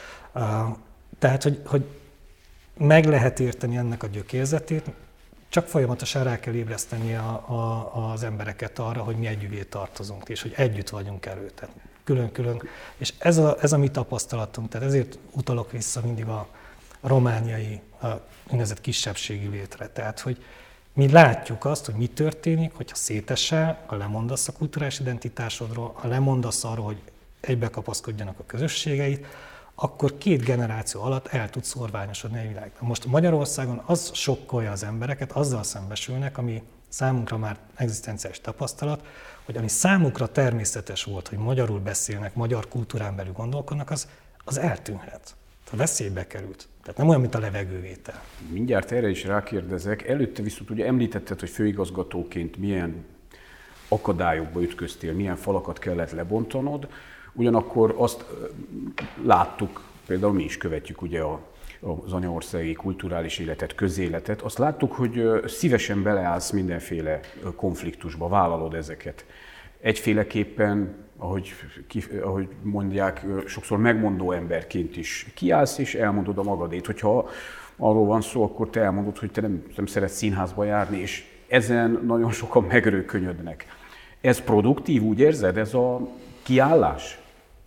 Tehát, hogy meg lehet érteni ennek a gyökérzetét, csak folyamatosan rá kell ébreszteni az embereket arra, hogy mi együvé tartozunk, és hogy együtt vagyunk erőt. Külön-külön. És ez a mi tapasztalatunk, tehát ezért utalok vissza mindig a romániai úgynevezett kisebbségi létre. Tehát, hogy mi látjuk azt, hogy mi történik, hogyha szétesel, ha lemondasz a kulturális identitásodról, ha lemondasz arról, hogy egybekapaszkodjanak a közösségeit, akkor 2 generáció alatt el tud szorványosodni a világ. Most Magyarországon az sokkolja az embereket, azzal szembesülnek, ami számunkra már egzisztenciális tapasztalat, hogy ami számukra természetes volt, hogy magyarul beszélnek, magyar kultúrán belül gondolkodnak, az eltűnhet. A veszélybe került. Tehát nem olyan, mint a levegővétel. Mindjárt erre is rákérdezek. Előtte viszont ugye említetted, hogy főigazgatóként milyen akadályokba ütköztél, milyen falakat kellett lebontanod. Ugyanakkor azt láttuk, például mi is követjük ugye az anyaországi kulturális életet, közéletet, azt láttuk, hogy szívesen beleállsz mindenféle konfliktusba, vállalod ezeket. Egyféleképpen, ahogy mondják, sokszor megmondó emberként is kiállsz és elmondod a magadét. Hogyha arról van szó, akkor te elmondod, hogy te nem szeretsz színházba járni, és ezen nagyon sokan megrőkönyödnek. Ez produktív, úgy érzed, ez a kiállás?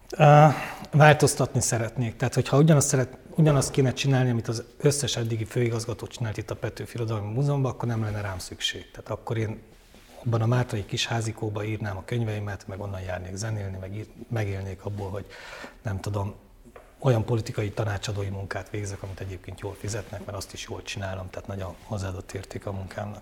Változtatni szeretnék. Tehát, hogyha ugyanazt kéne csinálni, amit az összes eddigi főigazgató csinált itt a Petőfi Irodalmi Múzeumban, akkor nem lenne rám szükség. Tehát akkor én abban a mátrai kis házikóba írnám a könyveimet, meg onnan járnék zenélni, meg megélnék abból, hogy nem tudom, olyan politikai tanácsadói munkát végzek, amit egyébként jól fizetnek, mert azt is jól csinálom, tehát nagy a hozzáadott érték a munkámnak.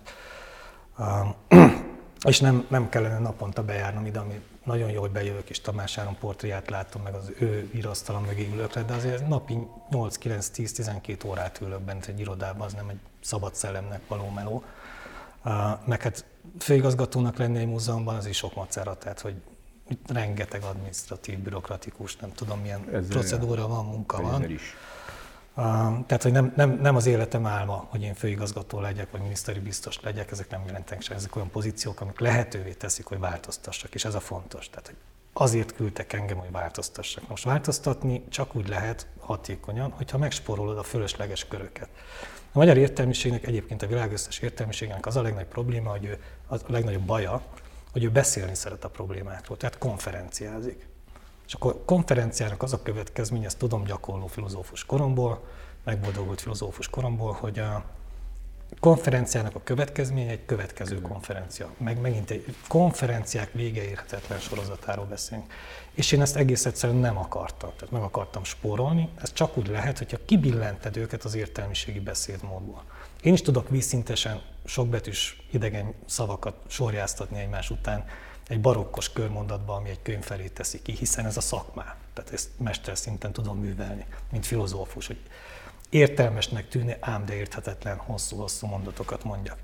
És nem kellene naponta bejárnom ide, ami nagyon jó, hogy bejövök és Tamás Áron portréját látom, meg az ő íróasztalam mögé ülök le, de azért napi 8-9-10-12 órát ülök bent egy irodában, az nem egy szabad szellemnek való meló. Meg hát főigazgatónak lenni egy múzeumban az is sok macera, tehát hogy rengeteg adminisztratív, bürokratikus, nem tudom milyen procedúra van, munka van. Tehát, hogy nem az életem álma, hogy én főigazgató legyek, vagy miniszteri biztos legyek, ezek nem jelentenek sem, ezek olyan pozíciók, amik lehetővé teszik, hogy változtassak, és ez a fontos. Tehát, hogy azért küldtek engem, hogy változtassak. Most változtatni csak úgy lehet hatékonyan, hogyha megspórolod a fölösleges köröket. A magyar értelmiségnek, egyébként a világ összes értelmiségnek az a legnagyobb probléma, az a legnagyobb baja, hogy ő beszélni szeret a problémákról, tehát konferenciázik. És akkor konferenciának az a következmény, ezt tudom gyakorló filozófus koromból, megboldogult filozófus koromból, hogy a konferenciának a következménye egy következő konferencia. Megint egy konferenciák vége érhetetlen sorozatáról beszélünk. És én ezt egész egyszerűen nem akartam. Tehát meg akartam spórolni. Ez csak úgy lehet, hogyha kibillented őket az értelmiségi beszédmódból. Én is tudok vízszintesen sokbetűs idegen szavakat sorjáztatni egymás után egy barokkos körmondatba, ami egy könyv felé teszi ki, hiszen ez a szakmá. Tehát ezt mesterszinten tudom művelni, mint filozófus, hogy értelmesnek tűnni, ám de érthetetlen hosszú-hosszú mondatokat mondjak.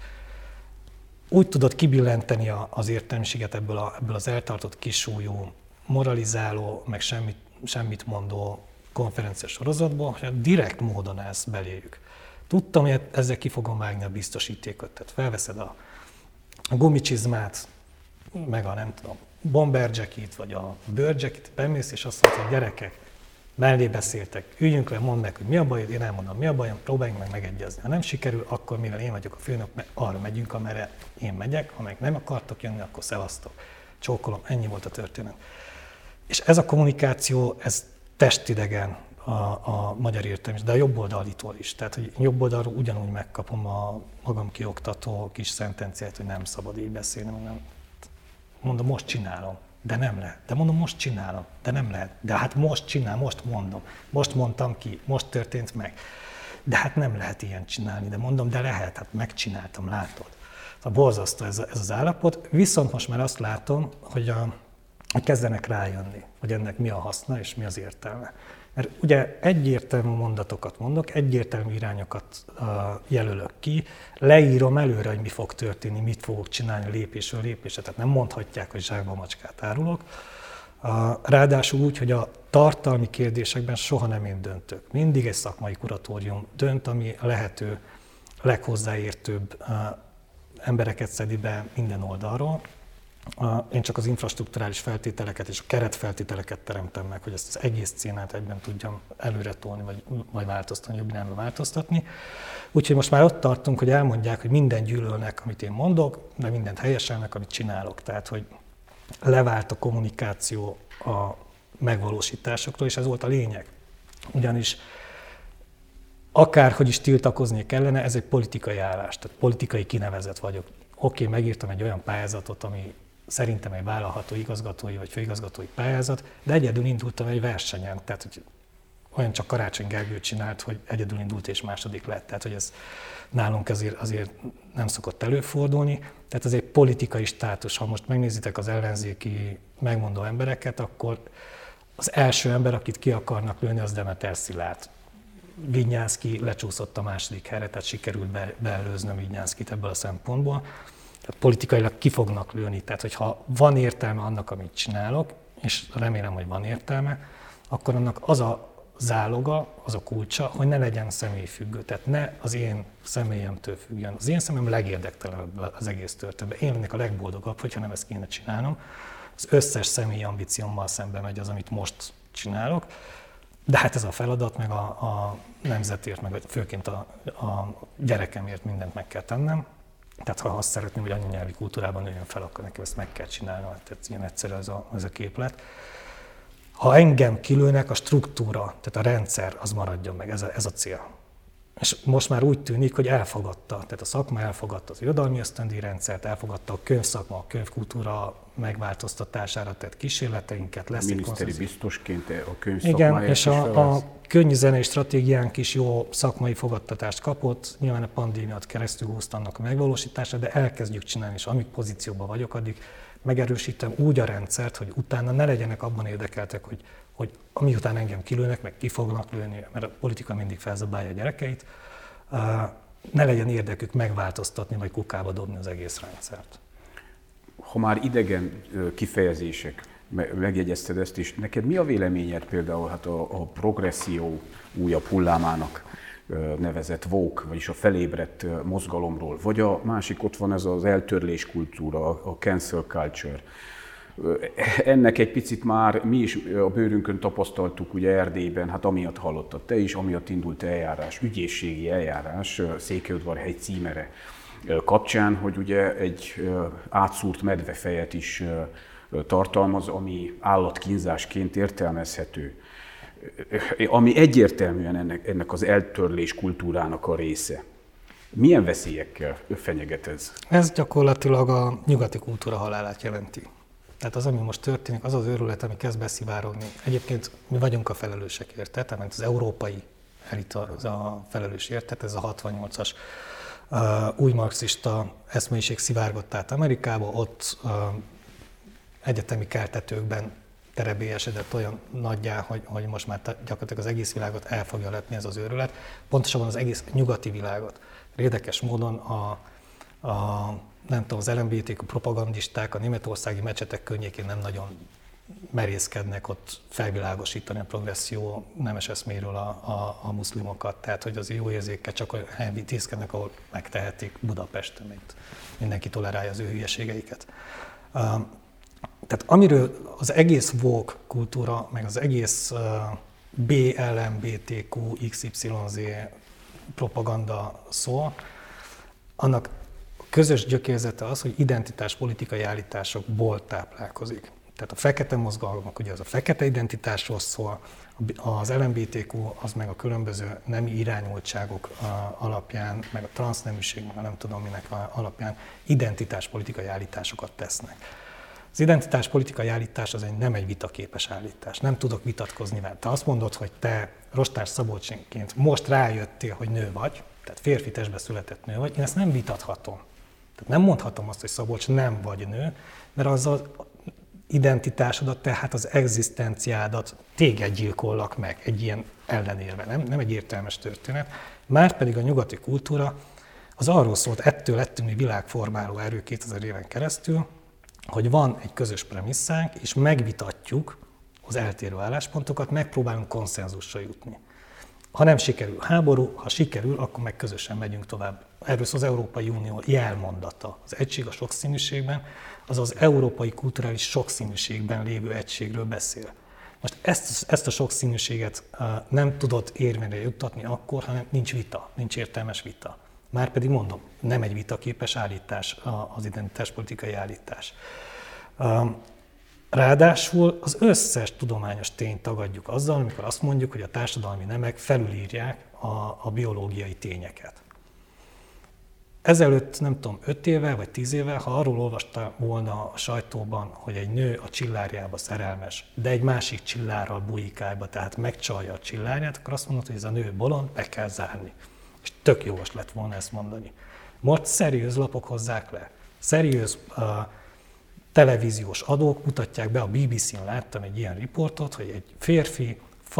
Úgy tudod kibillenteni az értelmiséget ebből az eltartott kisúlyú, moralizáló, meg semmit mondó konferencia sorozatból, hogy direkt módon állsz beléjük. Tudtam, hogy ezzel ki fogom vágni a biztosítékot, tehát felveszed a gumicsizmát, meg a nem tudom, bomberjacket, vagy a bőrjacket, bemész és azt mondod, hogy gyerekek, mellé beszéltek, üljünk le, mondd meg, hogy mi a bajod, én elmondom, mi a bajom, próbáljunk meg megegyezni. Ha nem sikerül, akkor mivel én vagyok a főnök, arra megyünk, amerre én megyek, ha meg nem akartok jönni, akkor szevasztok. Csókolom, ennyi volt a történet. És ez a kommunikáció, ez testidegen a magyar értelmiség, de a jobb oldalitól is. Tehát, hogy jobb oldalról ugyanúgy megkapom a magam kioktató kis szentenciát, hogy nem szabad így beszélni, nem. Mondom, most csinálom, de nem lehet. De mondom, most csinálom, de nem lehet. De hát most csinálom, most mondom. Most mondtam ki, most történt meg. De hát nem lehet ilyen csinálni, de mondom, de lehet, hát megcsináltam, látod. Borzasztó ez az állapot, viszont most már azt látom, hogy kezdenek rájönni, hogy ennek mi a haszna és mi az értelme. Mert ugye egyértelmű mondatokat mondok, egyértelmű irányokat jelölök ki, leírom előre, hogy mi fog történni, mit fogok csinálni lépésről lépésre, tehát nem mondhatják, hogy zsákba macskát árulok. Ráadásul úgy, hogy a tartalmi kérdésekben soha nem én döntök. Mindig egy szakmai kuratórium dönt, ami a lehető leghozzáértőbb embereket szedi be minden oldalról. Én csak az infrastrukturális feltételeket és a keretfeltételeket teremtem meg, hogy ezt az egész színát egyben tudjam előre tolni, vagy változtatni, jobb irányba változtatni. Úgyhogy most már ott tartunk, hogy elmondják, hogy minden gyűlölnek, amit én mondok, de mindent helyeselnek, amit csinálok. Tehát, hogy levált a kommunikáció a megvalósításokról, és ez volt a lényeg. Ugyanis akárhogy is tiltakozni kellene, ez egy politikai állás, tehát politikai kinevezett vagyok. Oké, megírtam egy olyan pályázatot, ami szerintem egy vállalható igazgatói vagy főigazgatói pályázat, de egyedül indultam egy versenyen, tehát hogy olyan csak Karácsony Gergő csinált, hogy egyedül indult és második lett, tehát hogy ez nálunk azért nem szokott előfordulni, tehát ez egy politikai státus. Ha most megnézitek az ellenzéki megmondó embereket, akkor az első ember, akit ki akarnak lőni, az Demeter Szilárd. Vignyánszky lecsúszott a második helyre, tehát sikerült beelőznöm Vignyánszkyt ebből a szempontból. Tehát politikailag ki fognak lőni, tehát hogyha van értelme annak, amit csinálok, és remélem, hogy van értelme, akkor annak az a záloga, az a kulcsa, hogy ne legyen személyfüggő, tehát ne az én személyemtől függjön. Az én személyem legérdektelenebb az egész történetben. Én lennék a legboldogabb, hogyha nem ezt kéne csinálnom. Az összes személyi ambíciómmal szembe megy az, amit most csinálok. De hát ez a feladat, meg a nemzetért, meg főként a gyerekemért mindent meg kell tennem. Tehát ha azt szeretném, hogy anyanyelvi kultúrában nőjön fel, akkor nekem ezt meg kell csinálnom. Tehát ilyen egyszerű ez a képlet. Ha engem kilőnek, a struktúra, tehát a rendszer, az maradjon meg, ez a cél. És most már úgy tűnik, hogy elfogadta, tehát a szakma elfogadta az irodalmi ösztöndíjrendszert, elfogadta a könyvszakma, a könyvkultúra megváltoztatására tett kísérleteinket. Lesz miniszteri biztosként a könyvszakmáját. Igen, és a könnyű zenei stratégiánk is jó szakmai fogadtatást kapott, nyilván a pandémiát keresztül húzta annak a megvalósítása, de elkezdjük csinálni, és amíg pozícióban vagyok, addig megerősítem úgy a rendszert, hogy utána ne legyenek abban érdekeltek, hogy amiután engem kilőnek, meg ki fognak lőni, mert a politika mindig felzabálja a gyerekeit, ne legyen érdekük megváltoztatni, vagy kukába dobni az egész rendszert. Ha már idegen kifejezések, megjegyezted ezt is, neked mi a véleményed például hát a progresszió újabb hullámának nevezett woke, vagyis a felébredt mozgalomról, vagy a másik ott van ez az eltörlés kultúra, a cancel culture. ennek egy picit már mi is a bőrünkön tapasztaltuk ugye Erdélyben, hát amiatt hallottad te is, amiatt indult eljárás, ügyészségi eljárás Székelyudvarhegy címere kapcsán, hogy ugye egy átszúrt medvefejet is tartalmaz, ami állatkínzásként értelmezhető, ami egyértelműen ennek az eltörlés kultúrának a része. Milyen veszélyekkel fenyeget ez? Ez gyakorlatilag a nyugati kultúra halálát jelenti. Tehát az, ami most történik, az az őrület, ami kezd beszivárogni. Egyébként mi vagyunk a felelősek érte, tehát az európai elit az a felelős érte, ez a 68-as új marxista eszmélyiség szivárgott át Amerikába, ott egyetemi keltetőkben terebélyesedett olyan nagyjá, hogy most már gyakorlatilag az egész világot el fogja lepni ez az őrület, pontosabban az egész nyugati világot. Érdekes módon nem tudom, az LMBTQ propagandisták a németországi mecsetek környékén nem nagyon merészkednek ott felvilágosítani a progresszió nemes eszméről a muszlimokat. Tehát, hogy az jó érzékkel csak olyan helyen intézkednek, ahol megtehetik Budapesten, mint mindenki tolerálja az ő hülyeségeiket. Tehát amiről az egész woke kultúra, meg az egész BLMBTQ XYZ propaganda szól, annak közös gyökérzete az, hogy identitáspolitikai állításokból táplálkozik. Tehát a fekete mozgalmak, ugye az a fekete identitásról szól, az LMBTQ az meg a különböző nemi irányultságok alapján, meg a transzneműség, meg nem tudom minek alapján identitáspolitikai állításokat tesznek. Az identitáspolitikai állítás az nem egy vitaképes állítás, nem tudok vitatkozni vele. Te azt mondod, hogy te Rostás Szabolcsnéként most rájöttél, hogy nő vagy, tehát férfi testbe született nő vagy, én ezt nem vitathatom. Tehát nem mondhatom azt, hogy Szabolcs nem vagy nő, mert azzal identitásodat, tehát az egzisztenciádat téged gyilkollak meg egy ilyen ellenérve, nem egy értelmes történet. Márpedig a nyugati kultúra az arról szólt, ettől lettünk mi világformáló erő 2000 éven keresztül, hogy van egy közös premisszánk, és megvitatjuk az eltérő álláspontokat, megpróbálunk konszenzusra jutni. Ha nem sikerül háború, ha sikerül, akkor meg közösen megyünk tovább. Erről szól az Európai Unió jelmondata. Az egység a sokszínűségben, az az európai kulturális sokszínűségben lévő egységről beszél. Most ezt a sokszínűséget nem tudod érvényre juttatni akkor, hanem nincs vita, nincs értelmes vita. Márpedig mondom, nem egy vitaképes állítás az identitáspolitikai állítás. Ráadásul az összes tudományos tényt tagadjuk azzal, amikor azt mondjuk, hogy a társadalmi nemek felülírják a biológiai tényeket. Ezelőtt, nem tudom, 5 évvel vagy 10 évvel, ha arról olvasta volna a sajtóban, hogy egy nő a csillárjába szerelmes, de egy másik csillárral bujikálba, tehát megcsalja a csillárját, akkor azt mondod, hogy ez a nő bolond, be kell zárni. És tök jogos lett volna ezt mondani. Most szeriőz lapok hozzák le. Szeriőz televíziós adók mutatják be, a BBC-n láttam egy ilyen riportot, hogy egy férfi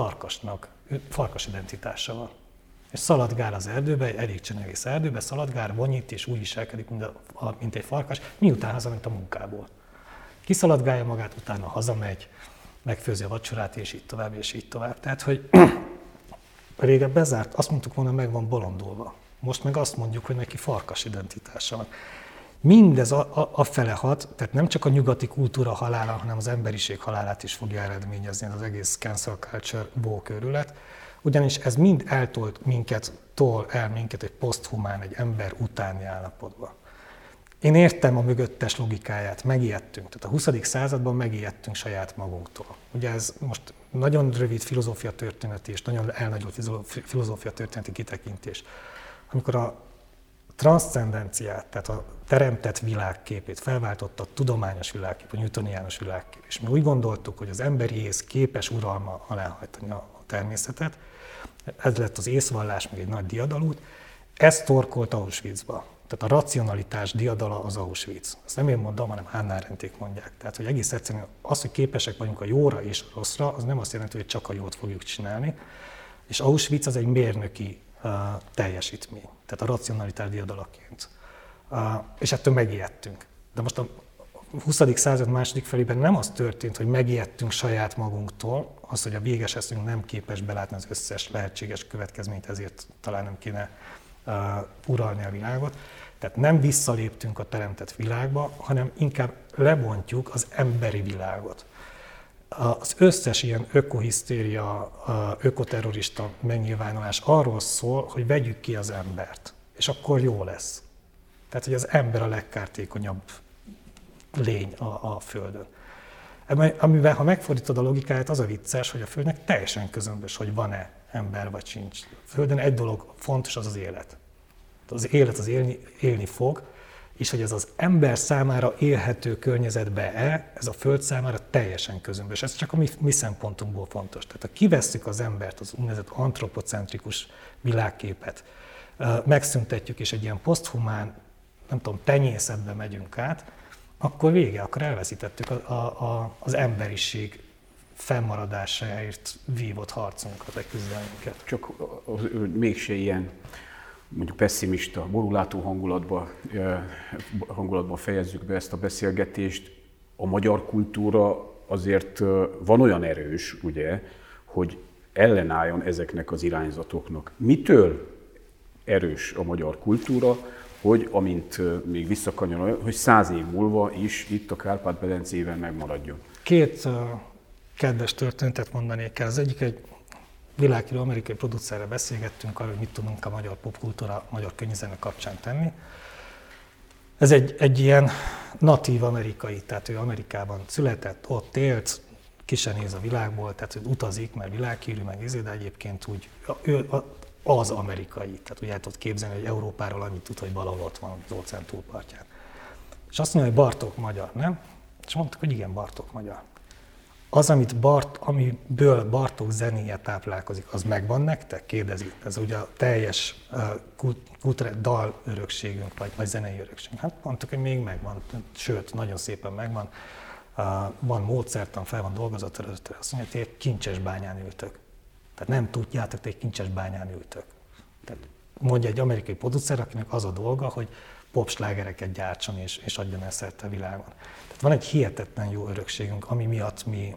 farkas identitása van. És szaladgál az erdőbe, egy elég csenegész erdőbe, szaladgál, vonyít és úgy viselkedik, mint egy farkas, miután hazament a munkából. Kiszaladgálja magát, utána hazamegy, megfőzi a vacsorát, és így tovább, és így tovább. Tehát, hogy régen bezárt, azt mondtuk volna, meg van bolondolva. Most meg azt mondjuk, hogy neki farkas identitása van. Mindez afele hat, tehát nem csak a nyugati kultúra halála, hanem az emberiség halálát is fogja eredményezni az egész cancel culture woke őrület. Ugyanis ez mind tol el minket egy poszthumán, egy ember utáni állapotba. Én értem a mögöttes logikáját, megijedtünk. Tehát a 20. században megijedtünk saját magunktól. Ugye ez most nagyon rövid filozófia történeti és nagyon elnagyolt filozófia történeti kitekintés. Amikor a transzcendenciát, tehát a teremtett világképét felváltotta a tudományos világkép, a newtoniánus világkép. És mi úgy gondoltuk, hogy az emberi ész képes uralma alá hajtani a természetet. Ez lett az észvallás, meg egy nagy diadalút. Ez torkolt Auschwitzba. Tehát a racionalitás diadala az Auschwitz. Ezt nem én mondom, hanem Hannah Arendték mondják. Tehát, hogy egész egyszerűen az, hogy képesek vagyunk a jóra és a rosszra, az nem azt jelenti, hogy csak a jót fogjuk csinálni. És Auschwitz az egy mérnöki teljesítmény, tehát a racionalitás diadalaként. És ettől megijedtünk. De most a 20. század második felében nem az történt, hogy megijedtünk saját magunktól, az, hogy a véges eszünk nem képes belátni az összes lehetséges következményt, ezért talán nem kéne uralni a világot. Tehát nem visszaléptünk a teremtett világba, hanem inkább lebontjuk az emberi világot. Az összes ilyen ökohisztéria, ökoterrorista megnyilvánulás arról szól, hogy vegyük ki az embert, és akkor jó lesz. Tehát, hogy az ember a legkártékonyabb lény a Földön. Amivel, ha megfordítod a logikáját, az a vicces, hogy a Földnek teljesen közömbös, hogy van-e ember vagy sincs. A Földön egy dolog fontos, az az élet. Az élet az élni fog, és hogy ez az ember számára élhető környezetbe-e, ez a Föld számára teljesen közömbös. Ez csak a mi szempontunkból fontos. Tehát ha kivesszük az embert, az úgynevezett antropocentrikus világképet, megszüntetjük, és egy ilyen poszthumán, nem tudom, tenyészetbe megyünk át, akkor vége, akkor elveszítettük az emberiség fennmaradásáért vívott harcunkat, vagy küzdelmünket. Csak mégse ilyen, mondjuk pessimista, borulátó hangulatban fejezzük be ezt a beszélgetést. A magyar kultúra azért van olyan erős, ugye, hogy ellenálljon ezeknek az irányzatoknak. Mitől erős a magyar kultúra, hogy amint még visszakanyarul, hogy 100 év múlva is itt a Kárpát-medencében megmaradjon? Két kedves történetet mondanék el. Az egyik egy világhírű amerikai producerrel beszélgettünk arról, hogy mit tudunk a magyar popkultúra, magyar könnyűzene kapcsán tenni. Ez egy ilyen natív amerikai, tehát ő Amerikában született, ott élt, ki se néz a világból, tehát ő utazik, mert világhírű, meg de egyébként úgy, ő az amerikai, tehát úgy el tudod képzelni, hogy Európáról annyit tud, hogy valahol ott van az óceán túlpartján. És azt mondja, hogy Bartók magyar, nem? És mondtuk, hogy igen, Bartók magyar. Az, amiből Bartók zenéje táplálkozik, az megvan nektek? Kérdezi. Ez ugye a teljes dal örökségünk, vagy zenei örökségünk. Hát mondtuk, hogy még megvan, sőt, nagyon szépen megvan. Van módszertan, fel van dolgozat előtte, azt mondja, hogy egy Kincsesbányán ültök. Tehát nem tudjátok, hogy egy Kincsesbányán ültök. Tehát mondja egy amerikai producer, akinek az a dolga, hogy popslágereket gyártson és adjon el szerte a világon. Tehát van egy hihetetlen jó örökségünk, ami miatt mi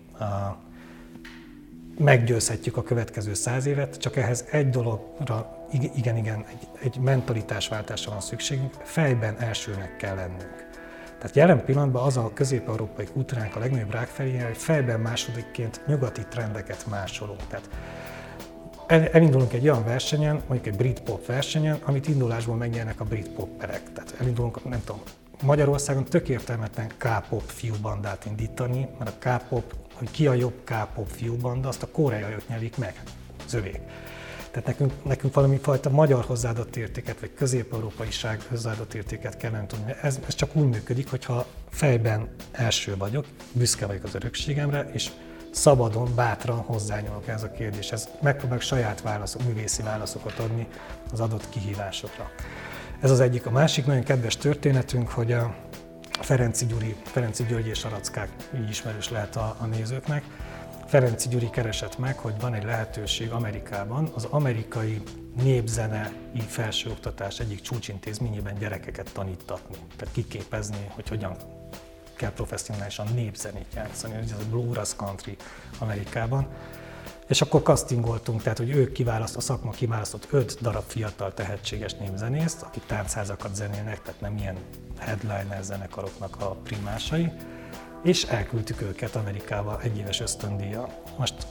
meggyőzhetjük a következő 100 évet, csak ehhez egy dologra, igen, egy mentalitásváltásra van szükségünk, fejben elsőnek kell lennünk. Tehát jelen pillanatban az a közép-európai kultúránk a legnagyobb rákfelé, hogy fejben másodikként nyugati trendeket másolunk. Tehát elindulunk egy olyan versenyen, mondjuk egy brit-pop versenyen, amit indulásból megnyernek a brit-popperek. Tehát elindulunk, nem tudom, Magyarországon tök értelmetlen K-pop fiúbandát indítani, mert a K-pop, hogy ki a jobb K-pop fiúbanda, azt a koreaiak nyerik meg, az övék. Tehát nekünk valami fajta magyar hozzáadott értéket, vagy közép-európaiság hozzáadott értéket kellene tudni. Ez csak úgy működik, hogyha fejben első vagyok, büszke vagyok az örökségemre, és szabadon, bátran hozzányúlok ez a kérdéshez. Megpróbálok saját művészi válaszokat adni az adott kihívásokra. Ez az egyik. A másik nagyon kedves történetünk, hogy a Ferenczy György és Arackák, így ismerős lehet a nézőknek. Ferenczy Gyuri keresett meg, hogy van egy lehetőség Amerikában, az amerikai népzenei felsőoktatás egyik csúcsintézményében gyerekeket tanítatni, tehát kiképezni, hogy hogyan kell professzionálisan népzenét játszani, ez a bluegrass country Amerikában. És akkor castingoltunk, tehát hogy a szakma kiválasztott 5 darab fiatal tehetséges népzenészt, akik táncházakat zenélnek, tehát nem ilyen headliner zenekaroknak a primásai, és elküldtük őket Amerikába egyéves ösztöndíjjal. Most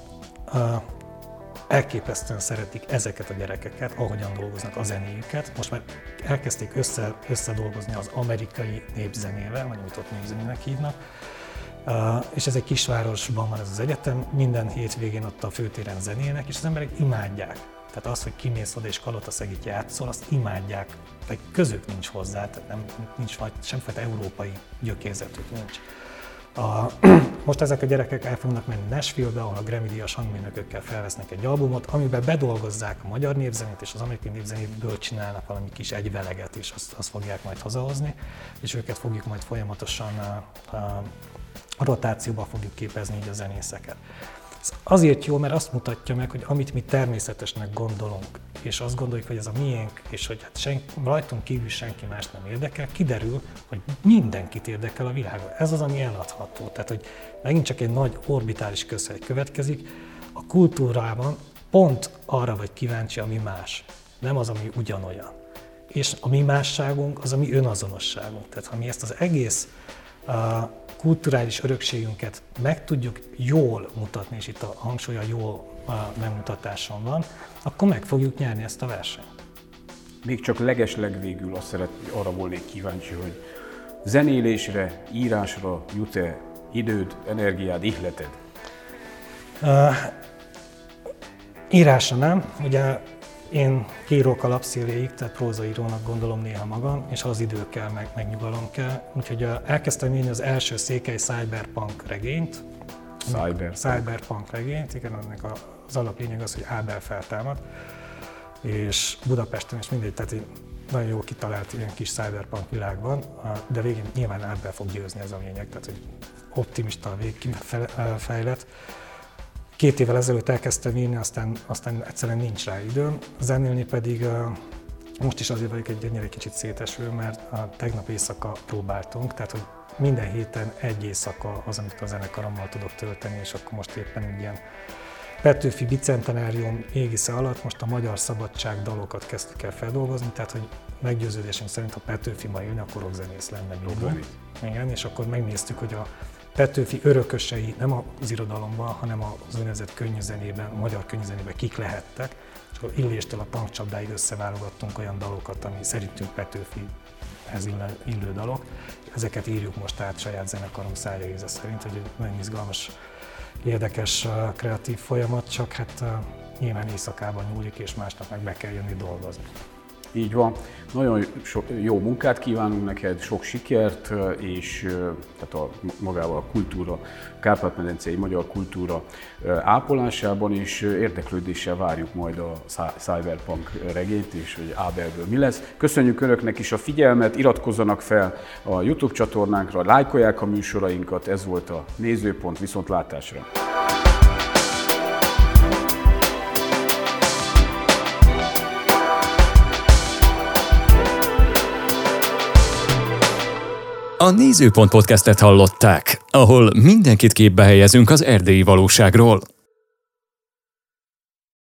elképesztően szeretik ezeket a gyerekeket, ahogyan dolgoznak a zenéjüket. Most már elkezdték összedolgozni az amerikai népzenével, vagy amit ott népzenének hívnak. És ez egy kisvárosban van ez az egyetem, minden hétvégén ott a főtéren zenélnek, és az emberek imádják. Tehát az, hogy kimész oda és kalotaszegit játszol, azt imádják, vagy közük nincs hozzá, tehát nincs semmifajta európai gyökérzetük nincs. Most ezek a gyerekek el fognak menni Nashville-be, ahol a Grammy-díjas hangmérnökökkel felvesznek egy albumot, amiben bedolgozzák a magyar népzenét és az amerikai népzenéből csinálnak valami kis egyveleget, és azt fogják majd hazahozni, és őket fogjuk majd folyamatosan a rotációba fogjuk képezni így a zenészeket. Ez azért jó, mert azt mutatja meg, hogy amit mi természetesnek gondolunk, és azt gondoljuk, hogy ez a miénk, és hogy hát rajtunk kívül senki más nem érdekel, kiderül, hogy mindenkit érdekel a világon. Ez az, ami eladható. Tehát, hogy megint csak egy nagy orbitális közhely következik, a kultúrában pont arra vagy kíváncsi, ami más, nem az, ami ugyanolyan. és a mi másságunk az a mi önazonosságunk. Tehát ha mi ezt az egész kulturális örökségünket meg tudjuk jól mutatni, és itt a hangsúly a jól megmutatáson van, akkor meg fogjuk nyerni ezt a versenyt. Még csak legeslegvégül arra volnék kíváncsi, hogy zenélésre, írásra jut-e időd, energiád, ihleted? Írásra nem. Ugye én kiírok a lapszéléig, tehát prózaírónak gondolom néha magam, és az idő kell, meg nyugalom kell. Úgyhogy elkezdtem írni az első székely cyberpunk regényt. Cyberpunk regényt, igen, ennek az alaplényeg az, hogy Ábel feltámad. És Budapesten is mindegy, tehát egy nagyon jó kitalált ilyen kis cyberpunk világban, de végén nyilván Ábel fog győzni, ez a lényeg, tehát hogy optimista a végkifejlet. 2 évvel ezelőtt elkezdtem írni, aztán egyszerűen nincs rá időm. Zenélni pedig most is azért vagyok egy kicsit széteső, mert tegnap éjszaka próbáltunk, tehát hogy minden héten egy éjszaka az, amit a zenekarommal tudok tölteni, és akkor most éppen egy ilyen Petőfi bicentenárium égisze alatt most a magyar szabadság dalokat kezdtük el feldolgozni, tehát hogy meggyőződésünk szerint, ha Petőfi ma élne, akkor rockzenész lenne mindig. Igen, és akkor megnéztük, hogy a Petőfi örökösei nem az irodalomban, hanem az úgynevezett könnyűzenében, a magyar könnyűzenében kik lehettek, és akkor Illéstől a Punkcsapdáig összeválogattunk olyan dalokat, ami szerintünk Petőfihez illő dalok. Ezeket írjuk most át saját zenekarom szája íze szerint, hogy egy nagyon izgalmas, érdekes, kreatív folyamat, csak hát nyilván éjszakában nyúlik, és másnap meg be kell jönni dolgozni. Így van. Nagyon jó munkát kívánunk neked, sok sikert, és tehát magával a kultúra, Kárpát-medencei magyar kultúra ápolásában, és érdeklődéssel várjuk majd a Cyberpunk regényt, és hogy Ábelből mi lesz. Köszönjük Önöknek is a figyelmet, iratkozzanak fel a YouTube csatornánkra, lájkolják a műsorainkat, ez volt a Nézőpont, viszontlátásra! A Nézőpont podcastet hallották, ahol mindenkit képbe helyezünk az erdélyi valóságról.